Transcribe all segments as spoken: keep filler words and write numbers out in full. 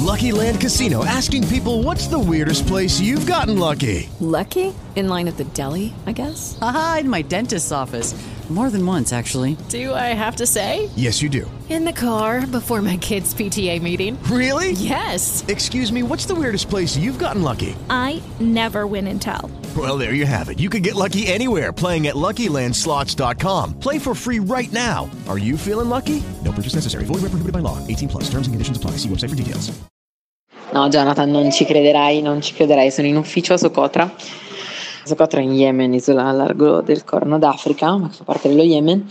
Lucky Land Casino, asking people, what's the weirdest place you've gotten lucky? Lucky? In line at the deli, I guess? Aha, in my dentist's office. More than once, actually. Do I have to say? Yes, you do. In the car before my kids' P T A meeting. Really? Yes. Excuse me, what's the weirdest place you've gotten lucky? I never win and tell. Well, there you have it. You can get lucky anywhere, playing at Lucky Land Slots dot com. Play for free right now. Are you feeling lucky? No purchase necessary. Void where prohibited by law. eighteen plus. Terms and conditions apply. See website for details. No, Jonathan, non ci crederai, non ci crederai. Sono in ufficio a Socotra. Socotra in Yemen, isola a largo del Corno d'Africa, ma fa parte dello Yemen,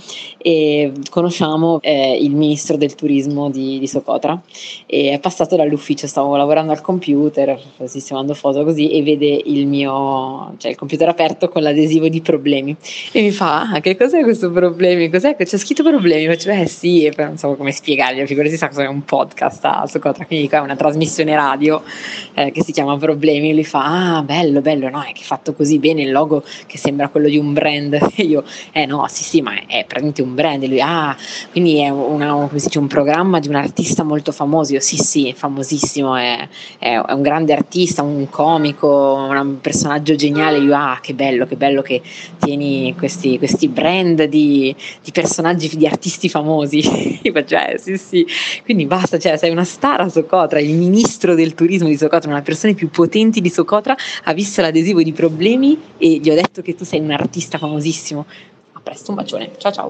e conosciamo eh, il ministro del turismo di, di Socotra, e è passato dall'ufficio, stavo lavorando al computer, sistemando foto così, e vede il mio, cioè il computer aperto con l'adesivo di problemi, e mi fa, ah, che cos'è questo problemi, cos'è che c'è scritto problemi? Faccio, eh sì, e poi non so come spiegargli, figurati sa cosa è un podcast a Socotra, quindi dico, è una trasmissione radio eh, che si chiama Problemi, e lui fa, ah bello, bello, no, è che è fatto così bene il logo che sembra quello di un brand, e io eh no sì sì ma è, è praticamente un brand, e lui ah quindi è, una, come si dice, un programma di un artista molto famoso, io sì sì è famosissimo, è, è, è un grande artista, un comico, un personaggio geniale, io ah che bello che bello che tieni questi, questi brand di, di personaggi, di artisti famosi. Io faccio eh sì sì, quindi basta, cioè sei una star a Socotra, il ministro del turismo di Socotra, una delle persone più potenti di Socotra, ha visto l'adesivo di problemi e gli ho detto che tu sei un artista famosissimo. A presto, un bacione, ciao ciao.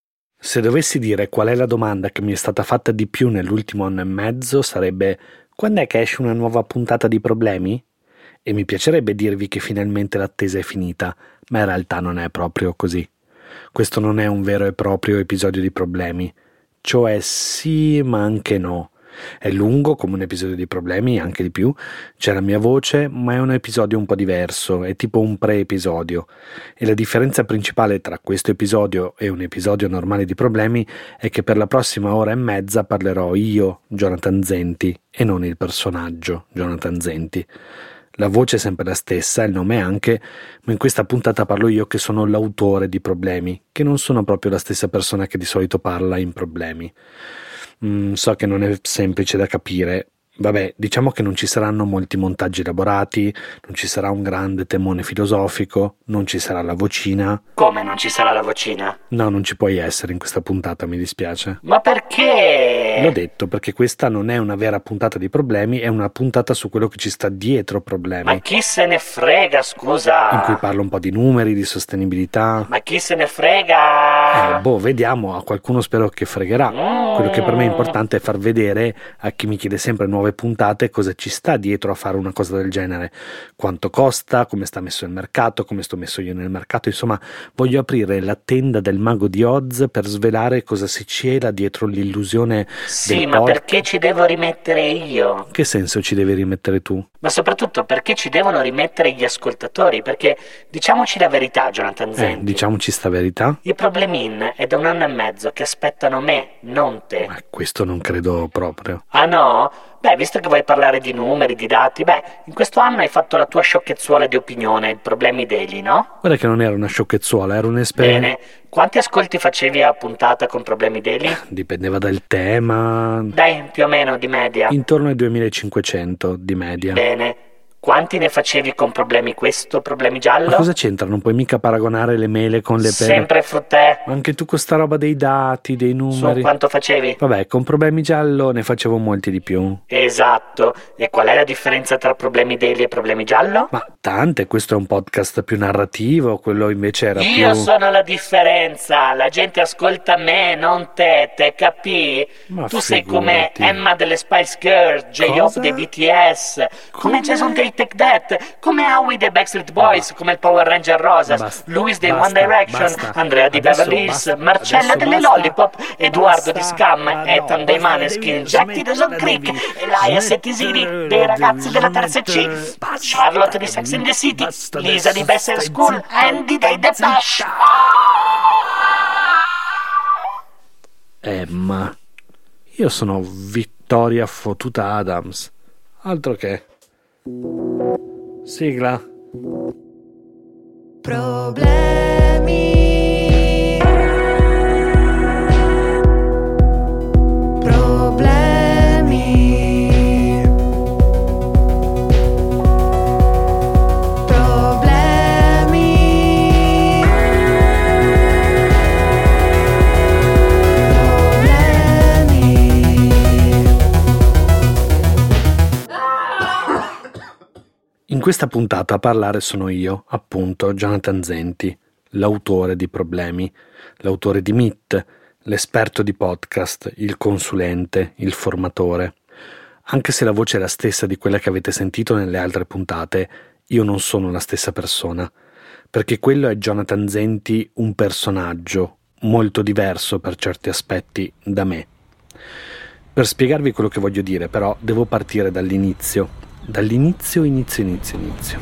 Se dovessi dire qual è la domanda che mi è stata fatta di più nell'ultimo anno e mezzo sarebbe: quando è che esce una nuova puntata di Problemi? E mi piacerebbe dirvi che finalmente l'attesa è finita, ma in realtà non è proprio così. Questo non è un vero e proprio episodio di Problemi, cioè sì ma anche no. È lungo come un episodio di Problemi, anche di più, c'è la mia voce, ma è un episodio un po' diverso, è tipo un pre-episodio, e la differenza principale tra questo episodio e un episodio normale di Problemi è che per la prossima ora e mezza parlerò io, Jonathan Zenti, e non il personaggio Jonathan Zenti. La voce è sempre la stessa, il nome anche, ma in questa puntata parlo io che sono l'autore di Problemi, che non sono proprio la stessa persona che di solito parla in Problemi. Mm, so che non è semplice da capire. Vabbè, diciamo che non ci saranno molti montaggi elaborati, non ci sarà un grande temone filosofico, non ci sarà la vocina. Come non ci sarà la vocina? No, non ci puoi essere in questa puntata, mi dispiace. Ma perché? L'ho detto, perché questa non è una vera puntata di Problemi, è una puntata su quello che ci sta dietro Problemi. Ma chi se ne frega, scusa? In cui parlo un po' di numeri, di sostenibilità. Ma chi se ne frega? Eh, boh, vediamo, a qualcuno spero che fregherà. Mm. Quello che per me è importante è far vedere a chi mi chiede sempre nuove puntate cosa ci sta dietro a fare una cosa del genere, quanto costa, come sta messo il mercato, come sto messo io nel mercato, insomma voglio aprire la tenda del mago di Oz per svelare cosa si cela dietro l'illusione sì, del ma pod... perché ci devo rimettere io? Che senso ci devi rimettere tu? Ma soprattutto perché ci devono rimettere gli ascoltatori, perché diciamoci la verità, Jonathan Zenti. Eh, diciamoci sta verità. I Problemin è da un anno e mezzo che aspettano me, non te. Ma questo non credo proprio. Ah no? Beh, visto che vuoi parlare di numeri, di dati, beh, in questo anno hai fatto la tua sciocchezzuola di opinione, il Problemi Daily, no? Guarda che non era una sciocchezzuola, era un'esperienza. Bene, quanti ascolti facevi a puntata con Problemi Daily? Dipendeva dal tema. Dai, più o meno di media. Intorno ai duemilacinquecento di media. Bene. Quanti ne facevi con Problemi questo, Problemi giallo? Ma cosa c'entra? Non puoi mica paragonare le mele con le pere. Sempre fruttè. Anche tu con sta roba dei dati, dei numeri. Su quanto facevi? Vabbè, con Problemi giallo ne facevo molti di più. Esatto. E qual è la differenza tra Problemi Daily e Problemi giallo? Ma tante, questo è un podcast più narrativo, quello invece era Io più... Io sono la differenza, la gente ascolta me, non te, te capì? Ma tu figurati. sei come Emma delle Spice Girls, J-Hope dei B T S, come, come Jason dei Take That, come Howie dei Backstreet Boys, ah, come il Power Ranger Rosa, basta, Louis dei basta, One Direction, basta. Andrea di adesso Beverly Hills, basta, Marcella delle basta, Lollipop, Edoardo basta, di Scam, Ethan dei Maneskin, Jackie di Dawson Creek, Elias e Tisini dei ragazzi della terza C, Charlotte di Sex and the City, Lisa di Best High School, Andy dei The Bash. Emma, io sono Vittoria Fotuta Adams, altro che... Sigla. Problemi. Problemi. In questa puntata a parlare sono io, appunto, Jonathan Zenti, l'autore di Problemi, l'autore di Meet, l'esperto di podcast, il consulente, il formatore. Anche se la voce è la stessa di quella che avete sentito nelle altre puntate, io non sono la stessa persona, perché quello è Jonathan Zenti, un personaggio molto diverso per certi aspetti da me. Per spiegarvi quello che voglio dire, però, devo partire dall'inizio. Dall'inizio, inizio, inizio, inizio.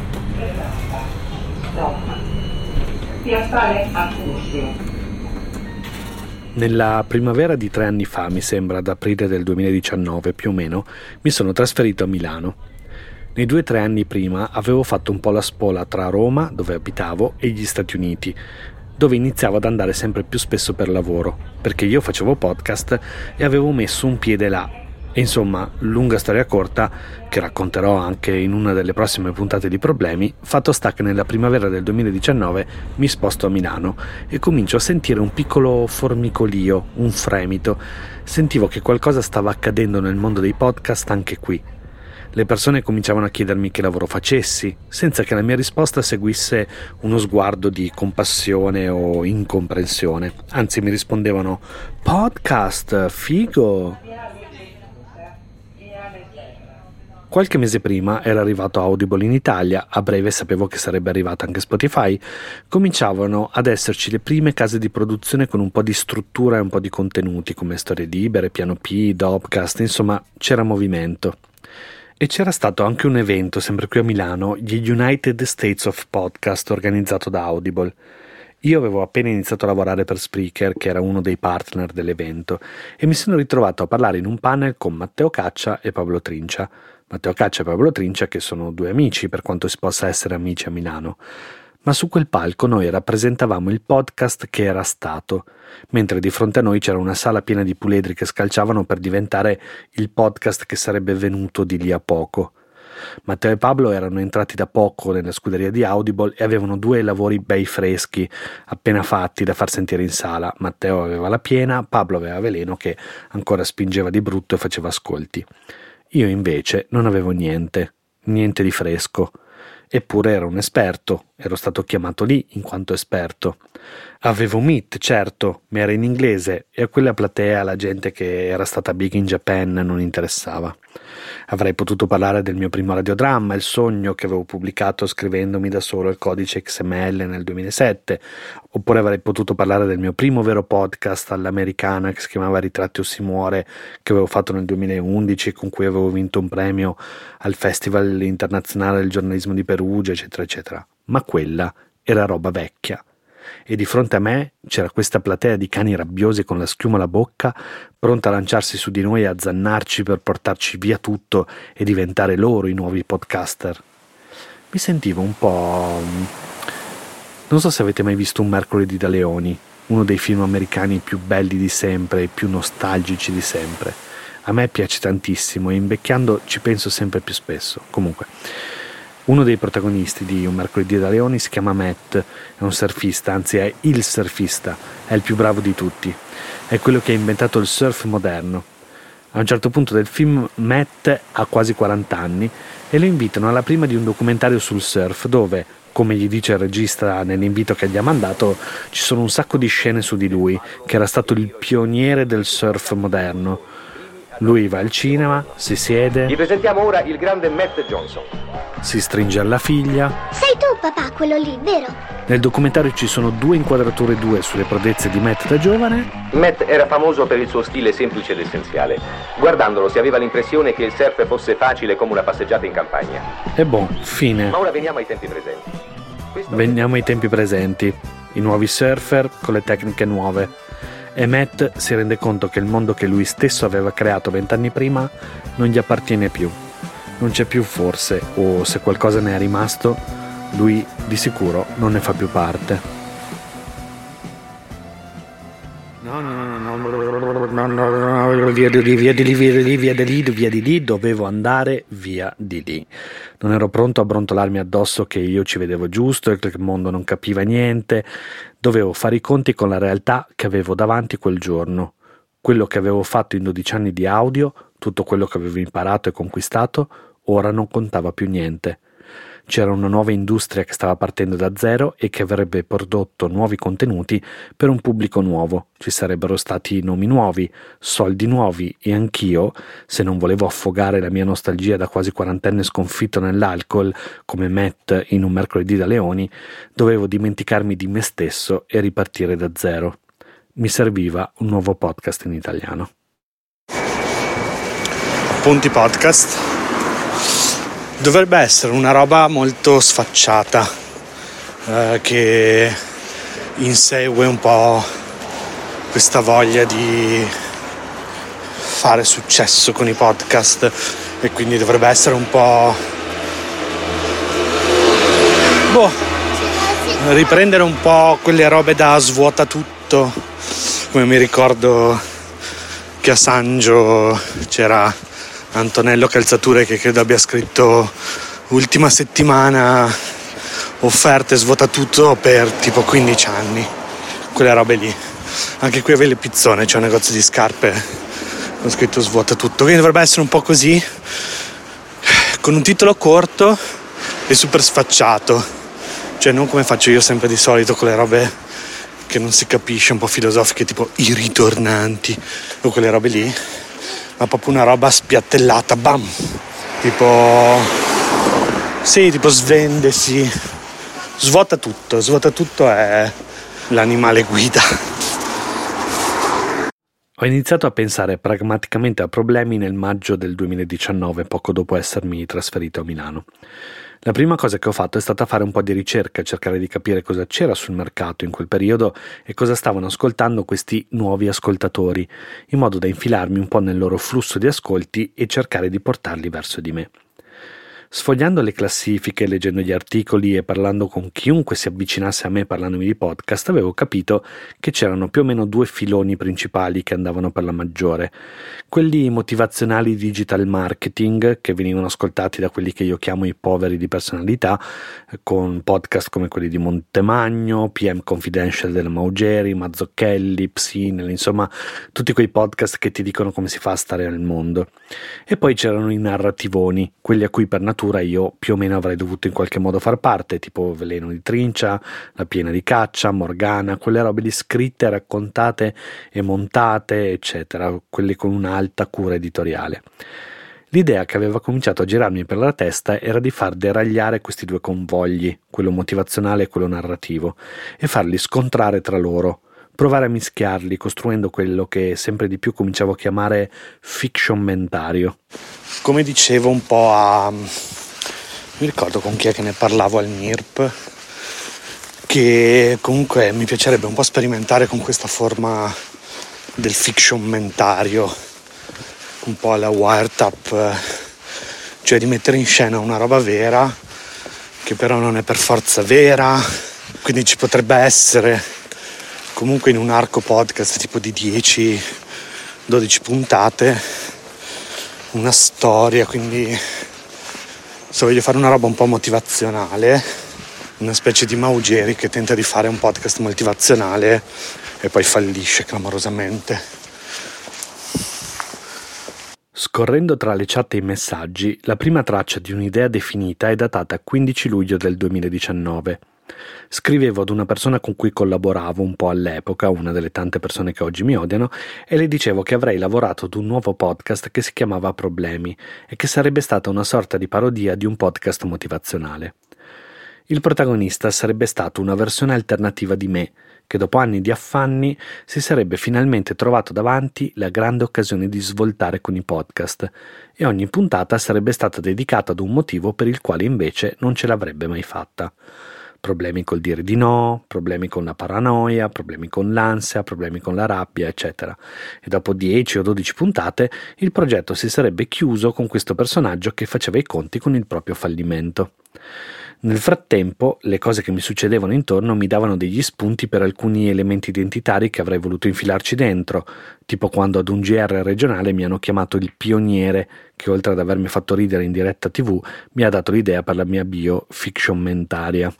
Nella primavera di tre anni fa, mi sembra, ad aprile del duemiladiciannove più o meno, mi sono trasferito a Milano. Nei due o tre anni prima avevo fatto un po' la spola tra Roma, dove abitavo, e gli Stati Uniti, dove iniziavo ad andare sempre più spesso per lavoro, perché io facevo podcast e avevo messo un piede là. E insomma, lunga storia corta, che racconterò anche in una delle prossime puntate di Problemi, fatto sta che nella primavera del duemiladiciannove mi sposto a Milano e comincio a sentire un piccolo formicolio, un fremito. Sentivo che qualcosa stava accadendo nel mondo dei podcast anche qui. Le persone cominciavano a chiedermi che lavoro facessi, senza che la mia risposta seguisse uno sguardo di compassione o incomprensione. Anzi, mi rispondevano: podcast, figo! Qualche mese prima era arrivato Audible in Italia, a breve sapevo che sarebbe arrivata anche Spotify, cominciavano ad esserci le prime case di produzione con un po' di struttura e un po' di contenuti, come Storie Libere, Piano P, Dopcast, insomma c'era movimento. E c'era stato anche un evento, sempre qui a Milano, gli United States of Podcast, organizzato da Audible. Io avevo appena iniziato a lavorare per Spreaker, che era uno dei partner dell'evento, e mi sono ritrovato a parlare in un panel con Matteo Caccia e Pablo Trincia. Matteo Caccia e Pablo Trincia, che sono due amici, per quanto si possa essere amici a Milano. Ma su quel palco noi rappresentavamo il podcast che era stato, mentre di fronte a noi c'era una sala piena di puledri che scalciavano per diventare il podcast che sarebbe venuto di lì a poco. Matteo e Pablo erano entrati da poco nella scuderia di Audible e avevano due lavori bei freschi, appena fatti, da far sentire in sala. Matteo aveva la piena, Pablo aveva Veleno che ancora spingeva di brutto e faceva ascolti. Io invece non avevo niente, niente di fresco. Eppure ero un esperto, ero stato chiamato lì in quanto esperto. Avevo Meet, certo, ma era in inglese e a quella platea la gente che era stata big in Japan non interessava. Avrei potuto parlare del mio primo radiodramma, Il sogno, che avevo pubblicato scrivendomi da solo il codice X M L nel duemilasette, oppure avrei potuto parlare del mio primo vero podcast all'americana che si chiamava Ritratti o si muore, che avevo fatto nel duemilaundici, con cui avevo vinto un premio al Festival Internazionale del Giornalismo di Perugia, eccetera, eccetera. Ma quella era roba vecchia. E di fronte a me c'era questa platea di cani rabbiosi con la schiuma alla bocca, pronta a lanciarsi su di noi e a zannarci per portarci via tutto e diventare loro i nuovi podcaster. Mi sentivo un po'... non so se avete mai visto Un mercoledì da leoni, uno dei film americani più belli di sempre e più nostalgici di sempre. A me piace tantissimo e invecchiando ci penso sempre più spesso. Comunque, uno dei protagonisti di Un mercoledì da leoni si chiama Matt, è un surfista, anzi è il surfista, è il più bravo di tutti, è quello che ha inventato il surf moderno. A un certo punto del film Matt ha quasi quaranta anni e lo invitano alla prima di un documentario sul surf dove, come gli dice il regista nell'invito che gli ha mandato, ci sono un sacco di scene su di lui, che era stato il pioniere del surf moderno. Lui va al cinema, si siede. Vi presentiamo ora il grande Matt Johnson. Si stringe alla figlia. Sei tu, papà, quello lì, vero? Nel documentario ci sono due inquadrature due sulle prodezze di Matt da giovane. Matt era famoso per il suo stile semplice ed essenziale. Guardandolo si aveva l'impressione che il surf fosse facile come una passeggiata in campagna. E boh, fine. Ma ora veniamo ai tempi presenti. Questo... Veniamo ai tempi presenti. I nuovi surfer con le tecniche nuove. E Matt si rende conto che il mondo che lui stesso aveva creato vent'anni prima non gli appartiene più. Non c'è più forse, o se qualcosa ne è rimasto, lui di sicuro non ne fa più parte. No, no, no, no, no, no, no, via di lì, via di lì, via di lì, via di lì, via di lì, dovevo andare via di lì. Non ero pronto a brontolarmi addosso che io ci vedevo giusto e che il mondo non capiva niente. Dovevo fare i conti con la realtà che avevo davanti quel giorno. Quello che avevo fatto in dodici anni di audio, tutto quello che avevo imparato e conquistato, ora non contava più niente. C'era una nuova industria che stava partendo da zero e che avrebbe prodotto nuovi contenuti per un pubblico nuovo. Ci sarebbero stati nomi nuovi, soldi nuovi e anch'io, se non volevo affogare la mia nostalgia da quasi quarantenne sconfitto nell'alcol, come Matt in Un mercoledì da leoni, dovevo dimenticarmi di me stesso e ripartire da zero. Mi serviva un nuovo podcast in italiano. Appunti podcast. Dovrebbe essere una roba molto sfacciata, eh, che insegue un po' questa voglia di fare successo con i podcast, e quindi dovrebbe essere un po' boh, riprendere un po' quelle robe da svuota tutto, come mi ricordo che a Sangio c'era Antonello Calzature che credo abbia scritto ultima settimana offerte svuota tutto per tipo quindici anni, quelle robe lì. Anche qui a Vele Pizzone c'è un negozio di scarpe con scritto svuota tutto, quindi dovrebbe essere un po' così, con un titolo corto e super sfacciato, cioè non come faccio io sempre di solito con le robe che non si capisce, un po' filosofiche, tipo i ritornanti o quelle robe lì, ma proprio una roba spiattellata, bam, tipo sì, tipo svendesi, svuota tutto, svuota tutto è l'animale guida. Ho iniziato a pensare pragmaticamente a problemi nel maggio del duemiladiciannove, poco dopo essermi trasferito a Milano. La prima cosa che ho fatto è stata fare un po' di ricerca, cercare di capire cosa c'era sul mercato in quel periodo e cosa stavano ascoltando questi nuovi ascoltatori, in modo da infilarmi un po' nel loro flusso di ascolti e cercare di portarli verso di me. Sfogliando le classifiche, leggendo gli articoli e parlando con chiunque si avvicinasse a me parlandomi di podcast, avevo capito che c'erano più o meno due filoni principali che andavano per la maggiore. Quelli motivazionali digital marketing, che venivano ascoltati da quelli che io chiamo i poveri di personalità, con podcast come quelli di Montemagno, P M Confidential della Maugeri, Mazzocchelli, Psinel, insomma tutti quei podcast che ti dicono come si fa a stare nel mondo. E poi c'erano i narrativoni, quelli a cui per natura io più o meno avrei dovuto in qualche modo far parte, tipo Veleno di Trincia, La Piena di Caccia, Morgana, quelle robe lì scritte, raccontate e montate, eccetera, quelle con un'alta cura editoriale. L'idea che aveva cominciato a girarmi per la testa era di far deragliare questi due convogli, quello motivazionale e quello narrativo, e farli scontrare tra loro, provare a mischiarli, costruendo quello che sempre di più cominciavo a chiamare fictionmentario. Come dicevo un po' a... mi ricordo con chi è che ne parlavo al M I R P, che comunque mi piacerebbe un po' sperimentare con questa forma del fictionmentario, un po' alla Wiretap, cioè di mettere in scena una roba vera che però non è per forza vera, quindi ci potrebbe essere comunque in un arco podcast tipo di dieci dodici puntate una storia, quindi se voglio fare una roba un po' motivazionale, una specie di Maugeri che tenta di fare un podcast motivazionale e poi fallisce clamorosamente. Scorrendo tra le chat e i messaggi, la prima traccia di un'idea definita è datata quindici luglio del duemiladiciannove. Scrivevo ad una persona con cui collaboravo un po' all'epoca, una delle tante persone che oggi mi odiano, e le dicevo che avrei lavorato ad un nuovo podcast che si chiamava Problemi e che sarebbe stata una sorta di parodia di un podcast motivazionale. Il protagonista sarebbe stato una versione alternativa di me, che dopo anni di affanni si sarebbe finalmente trovato davanti la grande occasione di svoltare con i podcast, e ogni puntata sarebbe stata dedicata ad un motivo per il quale invece non ce l'avrebbe mai fatta. Problemi col dire di no, problemi con la paranoia, problemi con l'ansia, problemi con la rabbia, eccetera. E dopo dieci o dodici puntate il progetto si sarebbe chiuso con questo personaggio che faceva i conti con il proprio fallimento. Nel frattempo, le cose che mi succedevano intorno mi davano degli spunti per alcuni elementi identitari che avrei voluto infilarci dentro, tipo quando ad un G R regionale mi hanno chiamato il pioniere, che oltre ad avermi fatto ridere in diretta tivù, mi ha dato l'idea per la mia bio fictionmentaria.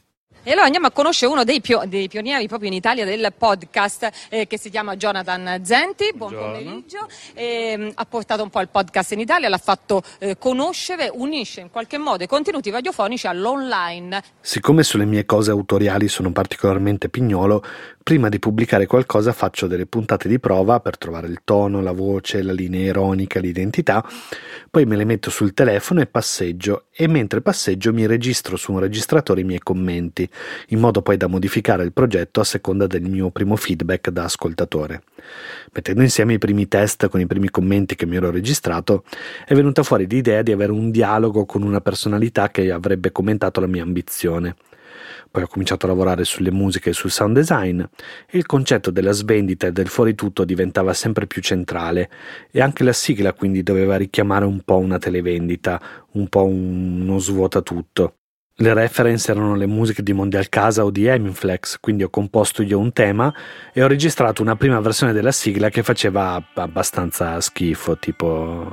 E allora andiamo a conoscere uno dei, pio- dei pionieri proprio in Italia del podcast eh, che si chiama Jonathan Zenti. Buon Buongiorno. pomeriggio. Eh, ha portato un po' il podcast in Italia, l'ha fatto eh, conoscere, unisce in qualche modo i contenuti radiofonici all'online. Siccome sulle mie cose autoriali sono particolarmente pignolo, prima di pubblicare qualcosa faccio delle puntate di prova per trovare il tono, la voce, la linea ironica, l'identità, poi me le metto sul telefono e passeggio, e mentre passeggio mi registro su un registratore i miei commenti, in modo poi da modificare il progetto a seconda del mio primo feedback da ascoltatore. Mettendo insieme i primi test con i primi commenti che mi ero registrato, è venuta fuori l'idea di avere un dialogo con una personalità che avrebbe commentato la mia ambizione. Poi ho cominciato a lavorare sulle musiche e sul sound design e il concetto della svendita e del fuori tutto diventava sempre più centrale, e anche la sigla quindi doveva richiamare un po' una televendita, un po' uno svuotatutto. Le reference erano le musiche di Mondial Casa o di Eminflex, quindi ho composto io un tema e ho registrato una prima versione della sigla che faceva abbastanza schifo, tipo...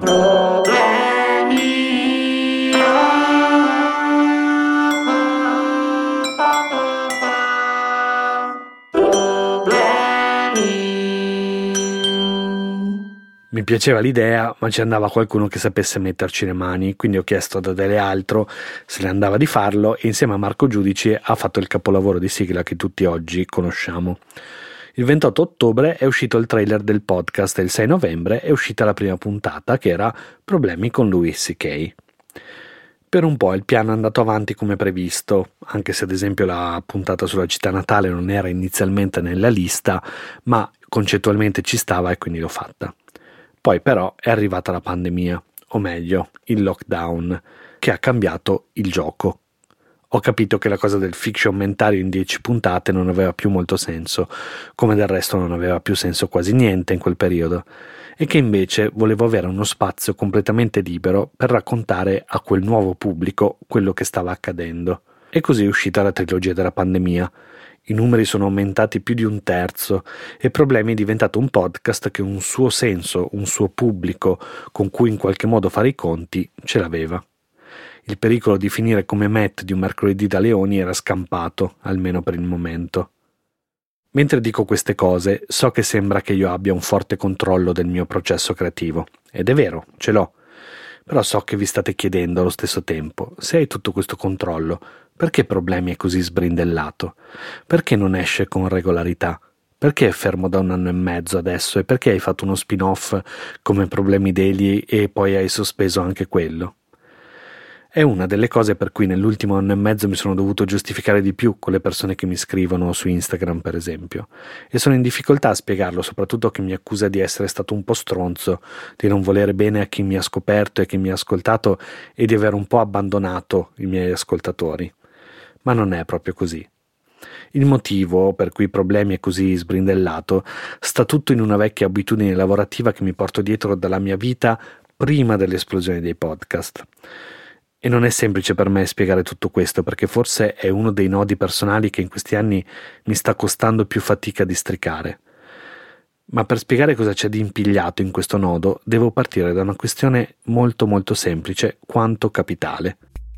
Mi piaceva l'idea, ma ci andava qualcuno che sapesse metterci le mani, quindi ho chiesto ad Adele Altro se le andava di farlo e insieme a Marco Giudici ha fatto il capolavoro di sigla che tutti oggi conosciamo. Il ventotto ottobre è uscito il trailer del podcast e il sei novembre è uscita la prima puntata, che era Problemi con Louis C K. Per un po' il piano è andato avanti come previsto, anche se ad esempio la puntata sulla città natale non era inizialmente nella lista, ma concettualmente ci stava e quindi l'ho fatta. Poi però è arrivata la pandemia, o meglio, il lockdown, che ha cambiato il gioco. Ho capito che la cosa del fictionmentario in dieci puntate non aveva più molto senso, come del resto non aveva più senso quasi niente in quel periodo, e che invece volevo avere uno spazio completamente libero per raccontare a quel nuovo pubblico quello che stava accadendo. E così è uscita la trilogia della pandemia. I numeri sono aumentati più di un terzo e Problemi è diventato un podcast che un suo senso, un suo pubblico con cui in qualche modo fare i conti ce l'aveva. Il pericolo di finire come Matt di un mercoledì da leoni era scampato, almeno per il momento. Mentre dico queste cose, so che sembra che io abbia un forte controllo del mio processo creativo, ed è vero, ce l'ho. Però so che vi state chiedendo allo stesso tempo, se hai tutto questo controllo, perché Problemi è così sbrindellato? Perché non esce con regolarità? Perché è fermo da un anno e mezzo adesso e perché hai fatto uno spin-off come Problemi Daily e poi hai sospeso anche quello? È una delle cose per cui nell'ultimo anno e mezzo mi sono dovuto giustificare di più con le persone che mi scrivono su Instagram, per esempio, e sono in difficoltà a spiegarlo, soprattutto a chi mi accusa di essere stato un po' stronzo, di non volere bene a chi mi ha scoperto e chi mi ha ascoltato e di aver un po' abbandonato i miei ascoltatori. Ma non è proprio così. Il motivo per cui Problemi è così sbrindellato sta tutto in una vecchia abitudine lavorativa che mi porto dietro dalla mia vita prima dell'esplosione dei podcast. E non è semplice per me spiegare tutto questo, perché forse è uno dei nodi personali che in questi anni mi sta costando più fatica a districare. Ma per spiegare cosa c'è di impigliato in questo nodo, devo partire da una questione molto molto semplice quanto capitale.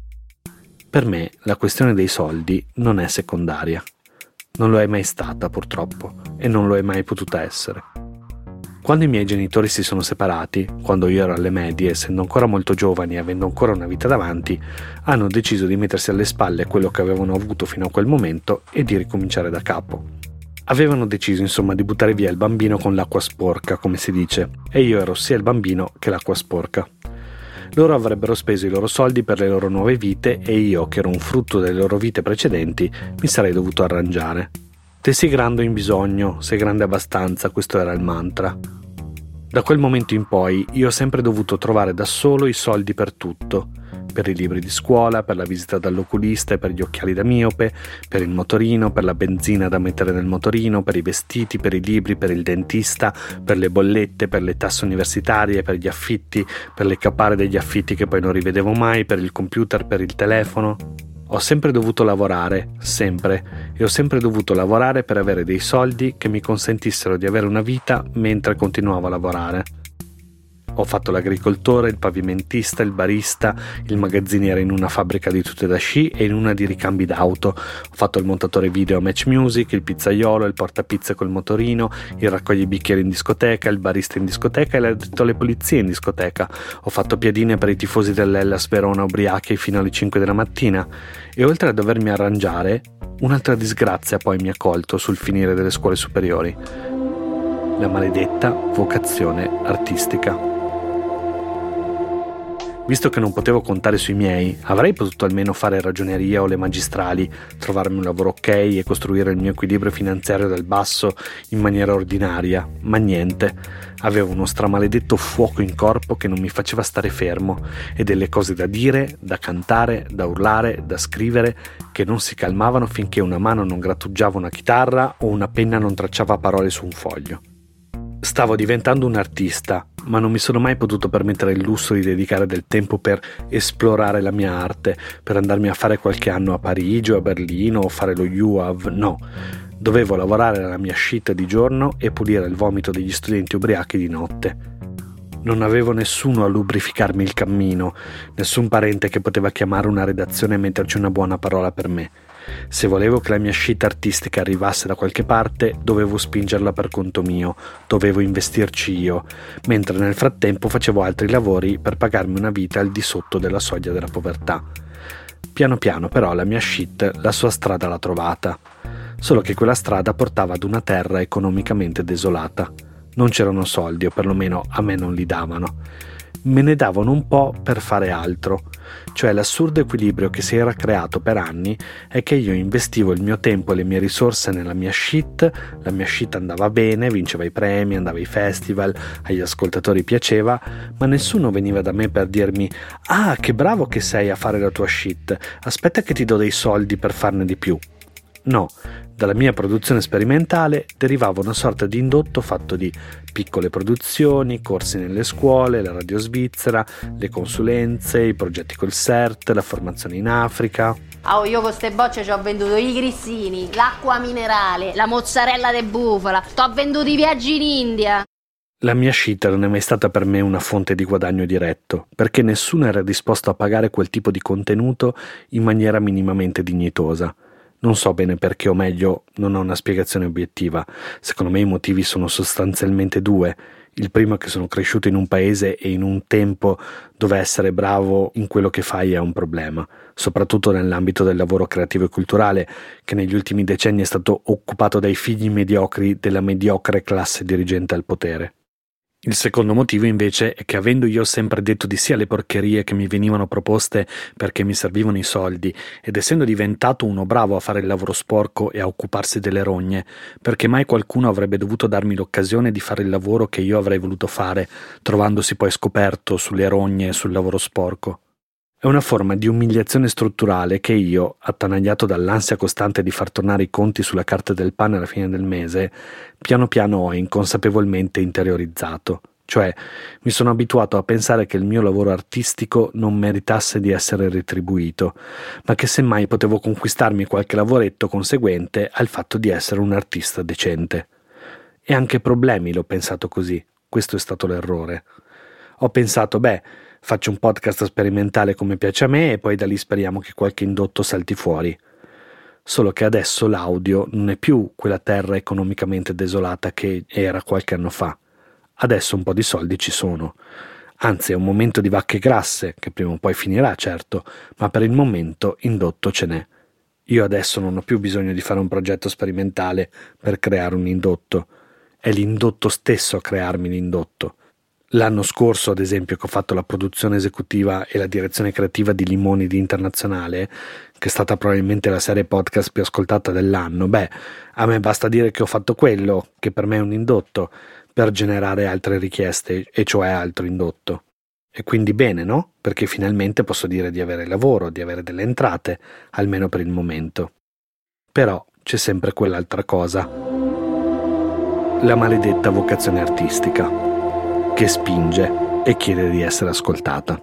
Per me la questione dei soldi non è secondaria. Non lo è mai stata, purtroppo, e non lo è mai potuta essere. Quando i miei genitori si sono separati, quando io ero alle medie, essendo ancora molto giovani e avendo ancora una vita davanti, hanno deciso di mettersi alle spalle quello che avevano avuto fino a quel momento e di ricominciare da capo. Avevano deciso insomma di buttare via il bambino con l'acqua sporca, come si dice, e io ero sia il bambino che l'acqua sporca. Loro avrebbero speso i loro soldi per le loro nuove vite e io, che ero un frutto delle loro vite precedenti, mi sarei dovuto arrangiare. Te sei grande in bisogno, sei grande abbastanza, questo era il mantra. Da quel momento in poi io ho sempre dovuto trovare da solo i soldi per tutto, per i libri di scuola, per la visita dall'oculista e per gli occhiali da miope, per il motorino, per la benzina da mettere nel motorino, per i vestiti, per i libri, per il dentista, per le bollette, per le tasse universitarie, per gli affitti, per le caparre degli affitti che poi non rivedevo mai, per il computer, per il telefono. Ho sempre dovuto lavorare, sempre, e ho sempre dovuto lavorare per avere dei soldi che mi consentissero di avere una vita mentre continuavo a lavorare. Ho fatto l'agricoltore, il pavimentista, il barista, il magazziniere in una fabbrica di tute da sci e in una di ricambi d'auto. Ho fatto il montatore video a Match Music, il pizzaiolo, il portapizza col motorino, il raccogli-bicchieri in discoteca, il barista in discoteca e l'addetto alle pulizie in discoteca. Ho fatto piadine per i tifosi dell'Hellas Verona ubriachi fino alle cinque della mattina. E oltre a dovermi arrangiare, un'altra disgrazia poi mi ha colto sul finire delle scuole superiori. La maledetta vocazione artistica. Visto che non potevo contare sui miei, avrei potuto almeno fare ragioneria o le magistrali, trovarmi un lavoro ok e costruire il mio equilibrio finanziario dal basso in maniera ordinaria, ma niente. Avevo uno stramaledetto fuoco in corpo che non mi faceva stare fermo e delle cose da dire, da cantare, da urlare, da scrivere che non si calmavano finché una mano non grattugiava una chitarra o una penna non tracciava parole su un foglio. Stavo diventando un artista, ma non mi sono mai potuto permettere il lusso di dedicare del tempo per esplorare la mia arte, per andarmi a fare qualche anno a Parigi o a Berlino o fare lo U A V, no. Dovevo lavorare alla mia shit di giorno e pulire il vomito degli studenti ubriachi di notte. Non avevo nessuno a lubrificarmi il cammino, nessun parente che poteva chiamare una redazione e metterci una buona parola per me. Se volevo che la mia shit artistica arrivasse da qualche parte, dovevo spingerla per conto mio, dovevo investirci io, mentre nel frattempo facevo altri lavori per pagarmi una vita al di sotto della soglia della povertà. Piano piano però la mia shit la sua strada l'ha trovata, solo che quella strada portava ad una terra economicamente desolata. Non c'erano soldi, o perlomeno a me non li davano. Me ne davano un po' per fare altro, cioè l'assurdo equilibrio che si era creato per anni è che io investivo il mio tempo e le mie risorse nella mia shit, la mia shit andava bene, vinceva i premi, andava ai festival, agli ascoltatori piaceva, ma nessuno veniva da me per dirmi «Ah, che bravo che sei a fare la tua shit, aspetta che ti do dei soldi per farne di più». No, dalla mia produzione sperimentale derivava una sorta di indotto fatto di piccole produzioni, corsi nelle scuole, la radio svizzera, le consulenze, i progetti col C E R T, la formazione in Africa. Oh, io con ste bocce ci ho venduto i grissini, l'acqua minerale, la mozzarella de bufala, t'ho venduto i viaggi in India. La mia shit non è mai stata per me una fonte di guadagno diretto, perché nessuno era disposto a pagare quel tipo di contenuto in maniera minimamente dignitosa. Non so bene perché, o meglio, non ho una spiegazione obiettiva. Secondo me i motivi sono sostanzialmente due. Il primo è che sono cresciuto in un paese e in un tempo dove essere bravo in quello che fai è un problema, soprattutto nell'ambito del lavoro creativo e culturale, che negli ultimi decenni è stato occupato dai figli mediocri della mediocre classe dirigente al potere. Il secondo motivo invece è che, avendo io sempre detto di sì alle porcherie che mi venivano proposte perché mi servivano i soldi, ed essendo diventato uno bravo a fare il lavoro sporco e a occuparsi delle rogne, perché mai qualcuno avrebbe dovuto darmi l'occasione di fare il lavoro che io avrei voluto fare, trovandosi poi scoperto sulle rogne e sul lavoro sporco? È una forma di umiliazione strutturale che io, attanagliato dall'ansia costante di far tornare i conti sulla carta del pane alla fine del mese, piano piano ho inconsapevolmente interiorizzato. Cioè, mi sono abituato a pensare che il mio lavoro artistico non meritasse di essere retribuito, ma che semmai potevo conquistarmi qualche lavoretto conseguente al fatto di essere un artista decente. E anche problemi l'ho pensato così, questo è stato l'errore. Ho pensato, beh, faccio un podcast sperimentale come piace a me e poi da lì speriamo che qualche indotto salti fuori. Solo che adesso l'audio non è più quella terra economicamente desolata che era qualche anno fa. Adesso un po' di soldi ci sono. Anzi, è un momento di vacche grasse, che prima o poi finirà, certo, ma per il momento indotto ce n'è. Io adesso non ho più bisogno di fare un progetto sperimentale per creare un indotto. È l'indotto stesso a crearmi l'indotto. L'anno scorso, ad esempio, che ho fatto la produzione esecutiva e la direzione creativa di Limoni di Internazionale, che è stata probabilmente la serie podcast più ascoltata dell'anno, beh, a me basta dire che ho fatto quello, che per me è un indotto, per generare altre richieste, e cioè altro indotto. E quindi bene, no? Perché finalmente posso dire di avere lavoro, di avere delle entrate, almeno per il momento. Però c'è sempre quell'altra cosa. La maledetta vocazione artistica, che spinge e chiede di essere ascoltata.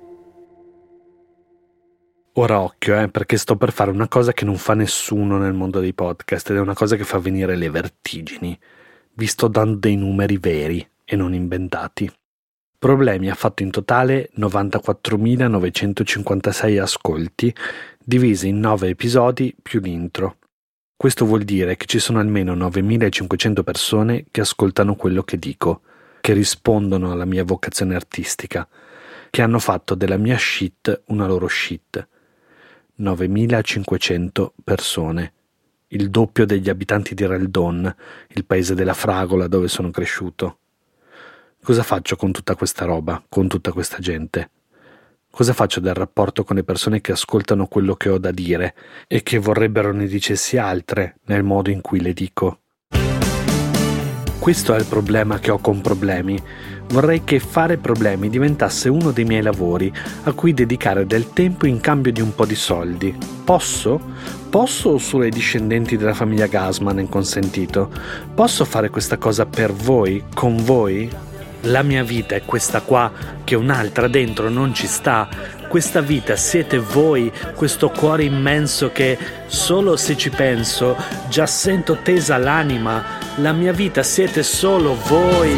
Ora occhio, eh, perché sto per fare una cosa che non fa nessuno nel mondo dei podcast ed è una cosa che fa venire le vertigini. Vi sto dando dei numeri veri e non inventati. Problemi ha fatto in totale novantaquattromilanovecentocinquantasei ascolti, divisi in nove episodi più l'intro. Questo vuol dire che ci sono almeno novemilacinquecento persone che ascoltano quello che dico, che rispondono alla mia vocazione artistica, che hanno fatto della mia shit una loro shit. novemilacinquecento persone, il doppio degli abitanti di Reldon, il paese della fragola dove sono cresciuto. Cosa faccio con tutta questa roba, con tutta questa gente? Cosa faccio del rapporto con le persone che ascoltano quello che ho da dire e che vorrebbero ne dicessi altre nel modo in cui le dico? Questo è il problema che ho con Problemi. Vorrei che fare problemi diventasse uno dei miei lavori a cui dedicare del tempo in cambio di un po' di soldi. Posso? Posso o solo ai discendenti della famiglia Gassman è consentito? Posso fare questa cosa per voi, con voi? La mia vita è questa qua, che un'altra dentro non ci sta. Questa vita siete voi, questo cuore immenso che, solo se ci penso, già sento tesa l'anima. La mia vita siete solo voi.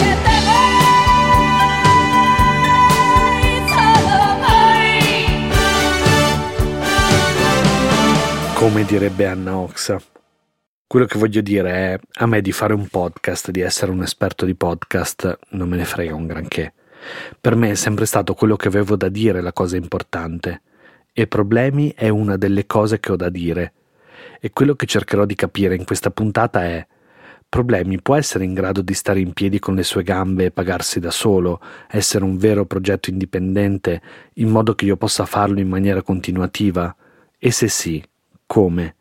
Come direbbe Anna Oxa. Quello che voglio dire è, a me di fare un podcast, di essere un esperto di podcast, non me ne frega un granché. Per me è sempre stato quello che avevo da dire la cosa importante, e Problemi è una delle cose che ho da dire. E quello che cercherò di capire in questa puntata è: Problemi può essere in grado di stare in piedi con le sue gambe e pagarsi da solo, essere un vero progetto indipendente, in modo che io possa farlo in maniera continuativa? E se sì, come?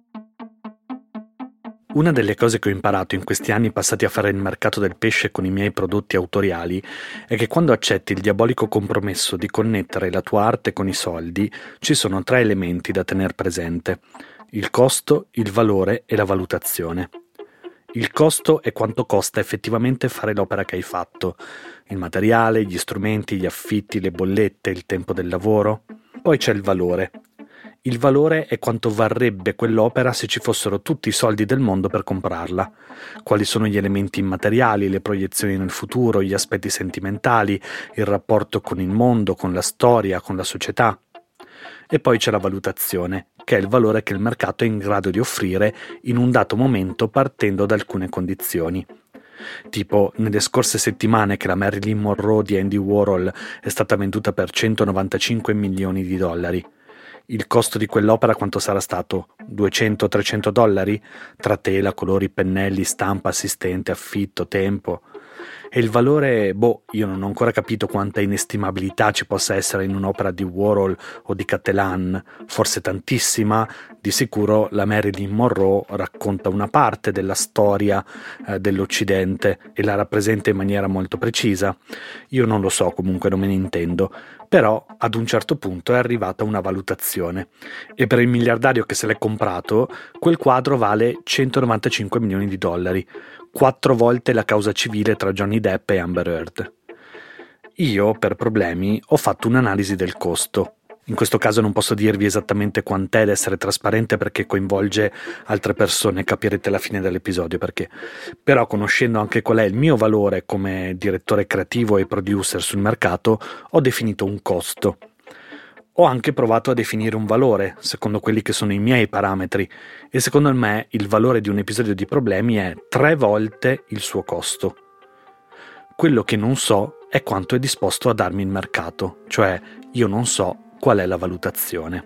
Una delle cose che ho imparato in questi anni passati a fare il mercato del pesce con i miei prodotti autoriali è che quando accetti il diabolico compromesso di connettere la tua arte con i soldi, ci sono tre elementi da tener presente: il costo, il valore e la valutazione. Il costo è quanto costa effettivamente fare l'opera che hai fatto: il materiale, gli strumenti, gli affitti, le bollette, il tempo del lavoro. Poi c'è il valore. Il valore è quanto varrebbe quell'opera se ci fossero tutti i soldi del mondo per comprarla. Quali sono gli elementi immateriali, le proiezioni nel futuro, gli aspetti sentimentali, il rapporto con il mondo, con la storia, con la società. E poi c'è la valutazione, che è il valore che il mercato è in grado di offrire in un dato momento partendo da alcune condizioni. Tipo, nelle scorse settimane che la Marilyn Monroe di Andy Warhol è stata venduta per centonovantacinque milioni di dollari. Il costo di quell'opera quanto sarà stato? duecento trecento dollari? Tra tela, colori, pennelli, stampa, assistente, affitto, tempo. E il valore, boh, io non ho ancora capito quanta inestimabilità ci possa essere in un'opera di Warhol o di Cattelan, forse tantissima. Di sicuro la Marilyn Monroe racconta una parte della storia eh, dell'Occidente e la rappresenta in maniera molto precisa. Io non lo so, comunque non me ne intendo, però ad un certo punto è arrivata una valutazione e per il miliardario che se l'è comprato quel quadro vale centonovantacinque milioni di dollari, quattro volte la causa civile tra Johnny Depp e Amber Heard. Io, per Problemi, ho fatto un'analisi del costo. In questo caso non posso dirvi esattamente quant'è ed essere trasparente perché coinvolge altre persone, capirete alla fine dell'episodio perché. Però conoscendo anche qual è il mio valore come direttore creativo e producer sul mercato, ho definito un costo. Ho anche provato a definire un valore, secondo quelli che sono i miei parametri, e secondo me il valore di un episodio di Problemi è tre volte il suo costo. Quello che non so è quanto è disposto a darmi il mercato, cioè io non so qual è la valutazione.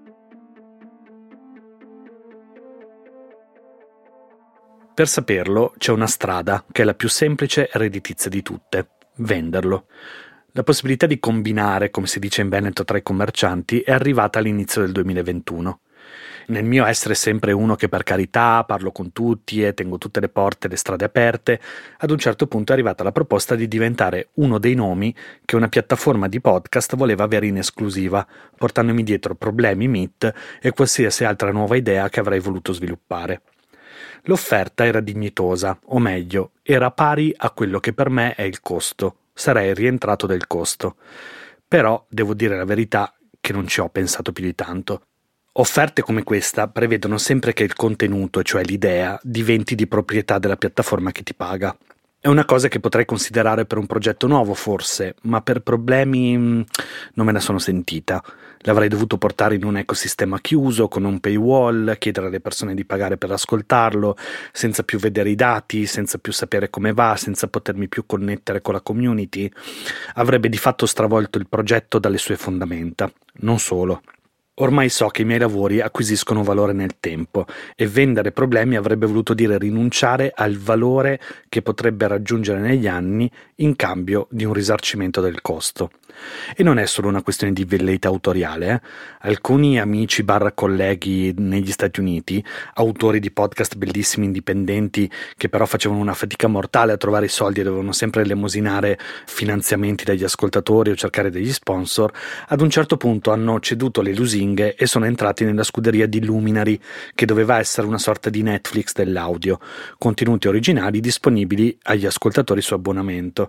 Per saperlo c'è una strada che è la più semplice e redditizia di tutte: venderlo. La possibilità di combinare, come si dice in Veneto tra i commercianti, è arrivata all'inizio del duemilaventuno. Nel mio essere sempre uno che per carità parlo con tutti e tengo tutte le porte e le strade aperte, ad un certo punto è arrivata la proposta di diventare uno dei nomi che una piattaforma di podcast voleva avere in esclusiva, portandomi dietro Problemi, Meet e qualsiasi altra nuova idea che avrei voluto sviluppare. L'offerta era dignitosa, o meglio, era pari a quello che per me è il costo. Sarei rientrato del costo. Però devo dire la verità che non ci ho pensato più di tanto. Offerte come questa prevedono sempre che il contenuto, cioè l'idea, diventi di proprietà della piattaforma che ti paga. È una cosa che potrei considerare per un progetto nuovo forse, ma per problemi mh, non me ne sono sentita. L'avrei dovuto portare in un ecosistema chiuso, con un paywall, chiedere alle persone di pagare per ascoltarlo, senza più vedere i dati, senza più sapere come va, senza potermi più connettere con la community. Avrebbe di fatto stravolto il progetto dalle sue fondamenta. Non solo. Ormai so che i miei lavori acquisiscono valore nel tempo e vendere problemi avrebbe voluto dire rinunciare al valore che potrebbe raggiungere negli anni in cambio di un risarcimento del costo. E non è solo una questione di velleità autoriale. Eh? Alcuni amici barra colleghi negli Stati Uniti, autori di podcast bellissimi indipendenti che però facevano una fatica mortale a trovare i soldi e dovevano sempre elemosinare finanziamenti dagli ascoltatori o cercare degli sponsor, ad un certo punto hanno ceduto le lusinghe e sono entrati nella scuderia di Luminary, che doveva essere una sorta di Netflix dell'audio, contenuti originali disponibili agli ascoltatori su abbonamento.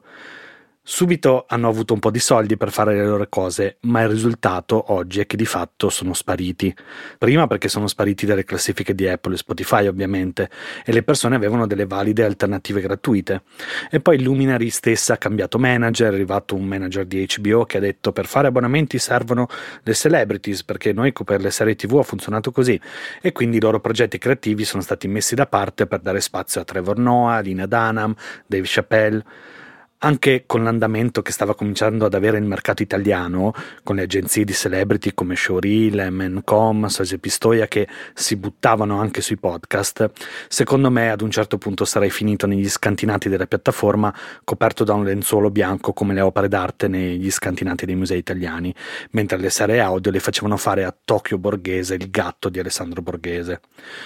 Subito hanno avuto un po' di soldi per fare le loro cose, ma il risultato oggi è che di fatto sono spariti. Prima perché sono spariti dalle classifiche di Apple e Spotify ovviamente, e le persone avevano delle valide alternative gratuite. E poi Luminary stessa ha cambiato manager, è arrivato un manager di H B O che ha detto per fare abbonamenti servono le celebrities, perché noi per le serie tivù ha funzionato così, e quindi i loro progetti creativi sono stati messi da parte per dare spazio a Trevor Noah, Lena Dunham, Dave Chappelle. Anche con l'andamento che stava cominciando ad avere il mercato italiano, con le agenzie di celebrity come Showreel, M and Com, Sosia Pistoia che si buttavano anche sui podcast, secondo me ad un certo punto sarei finito negli scantinati della piattaforma coperto da un lenzuolo bianco come le opere d'arte negli scantinati dei musei italiani, mentre le serie audio le facevano fare a Tokyo Borghese, il gatto di Alessandro Borghese.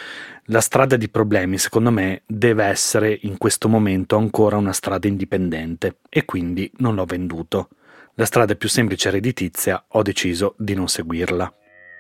La strada di problemi, secondo me, deve essere in questo momento ancora una strada indipendente e quindi non l'ho venduto. La strada più semplice e redditizia ho deciso di non seguirla.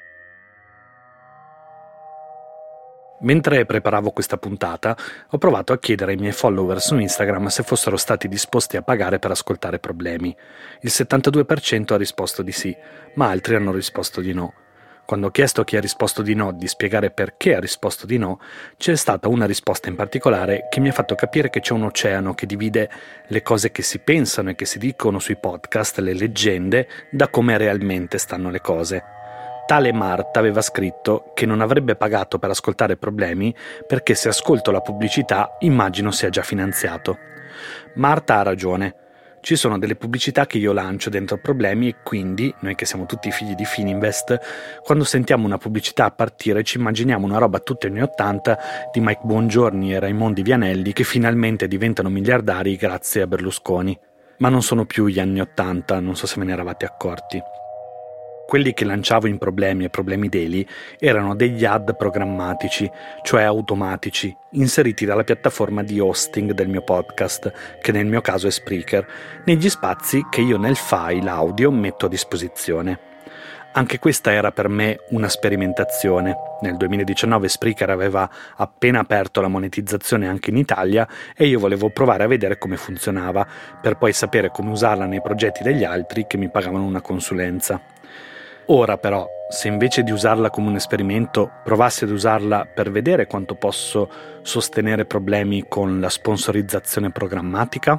Mentre preparavo questa puntata, ho provato a chiedere ai miei follower su Instagram se fossero stati disposti a pagare per ascoltare problemi. Il settantadue per cento ha risposto di sì, ma altri hanno risposto di no. Quando ho chiesto a chi ha risposto di no di spiegare perché ha risposto di no, c'è stata una risposta in particolare che mi ha fatto capire che c'è un oceano che divide le cose che si pensano e che si dicono sui podcast, le leggende, da come realmente stanno le cose. Tale Marta aveva scritto che non avrebbe pagato per ascoltare problemi perché se ascolto la pubblicità immagino sia già finanziato. Marta ha ragione. Ci sono delle pubblicità che io lancio dentro problemi e quindi, noi che siamo tutti figli di Fininvest, quando sentiamo una pubblicità a partire ci immaginiamo una roba tutti anni ottanta di Mike Buongiorni e Raimondi Vianelli che finalmente diventano miliardari grazie a Berlusconi. Ma non sono più gli anni ottanta, non so se ve ne eravate accorti. Quelli che lanciavo in Problemi e Problemi Daily erano degli ad programmatici, cioè automatici, inseriti dalla piattaforma di hosting del mio podcast, che nel mio caso è Spreaker, negli spazi che io nel file audio metto a disposizione. Anche questa era per me una sperimentazione. Nel duemiladiciannove Spreaker aveva appena aperto la monetizzazione anche in Italia e io volevo provare a vedere come funzionava, per poi sapere come usarla nei progetti degli altri che mi pagavano una consulenza. Ora però, se invece di usarla come un esperimento provassi ad usarla per vedere quanto posso sostenere problemi con la sponsorizzazione programmatica?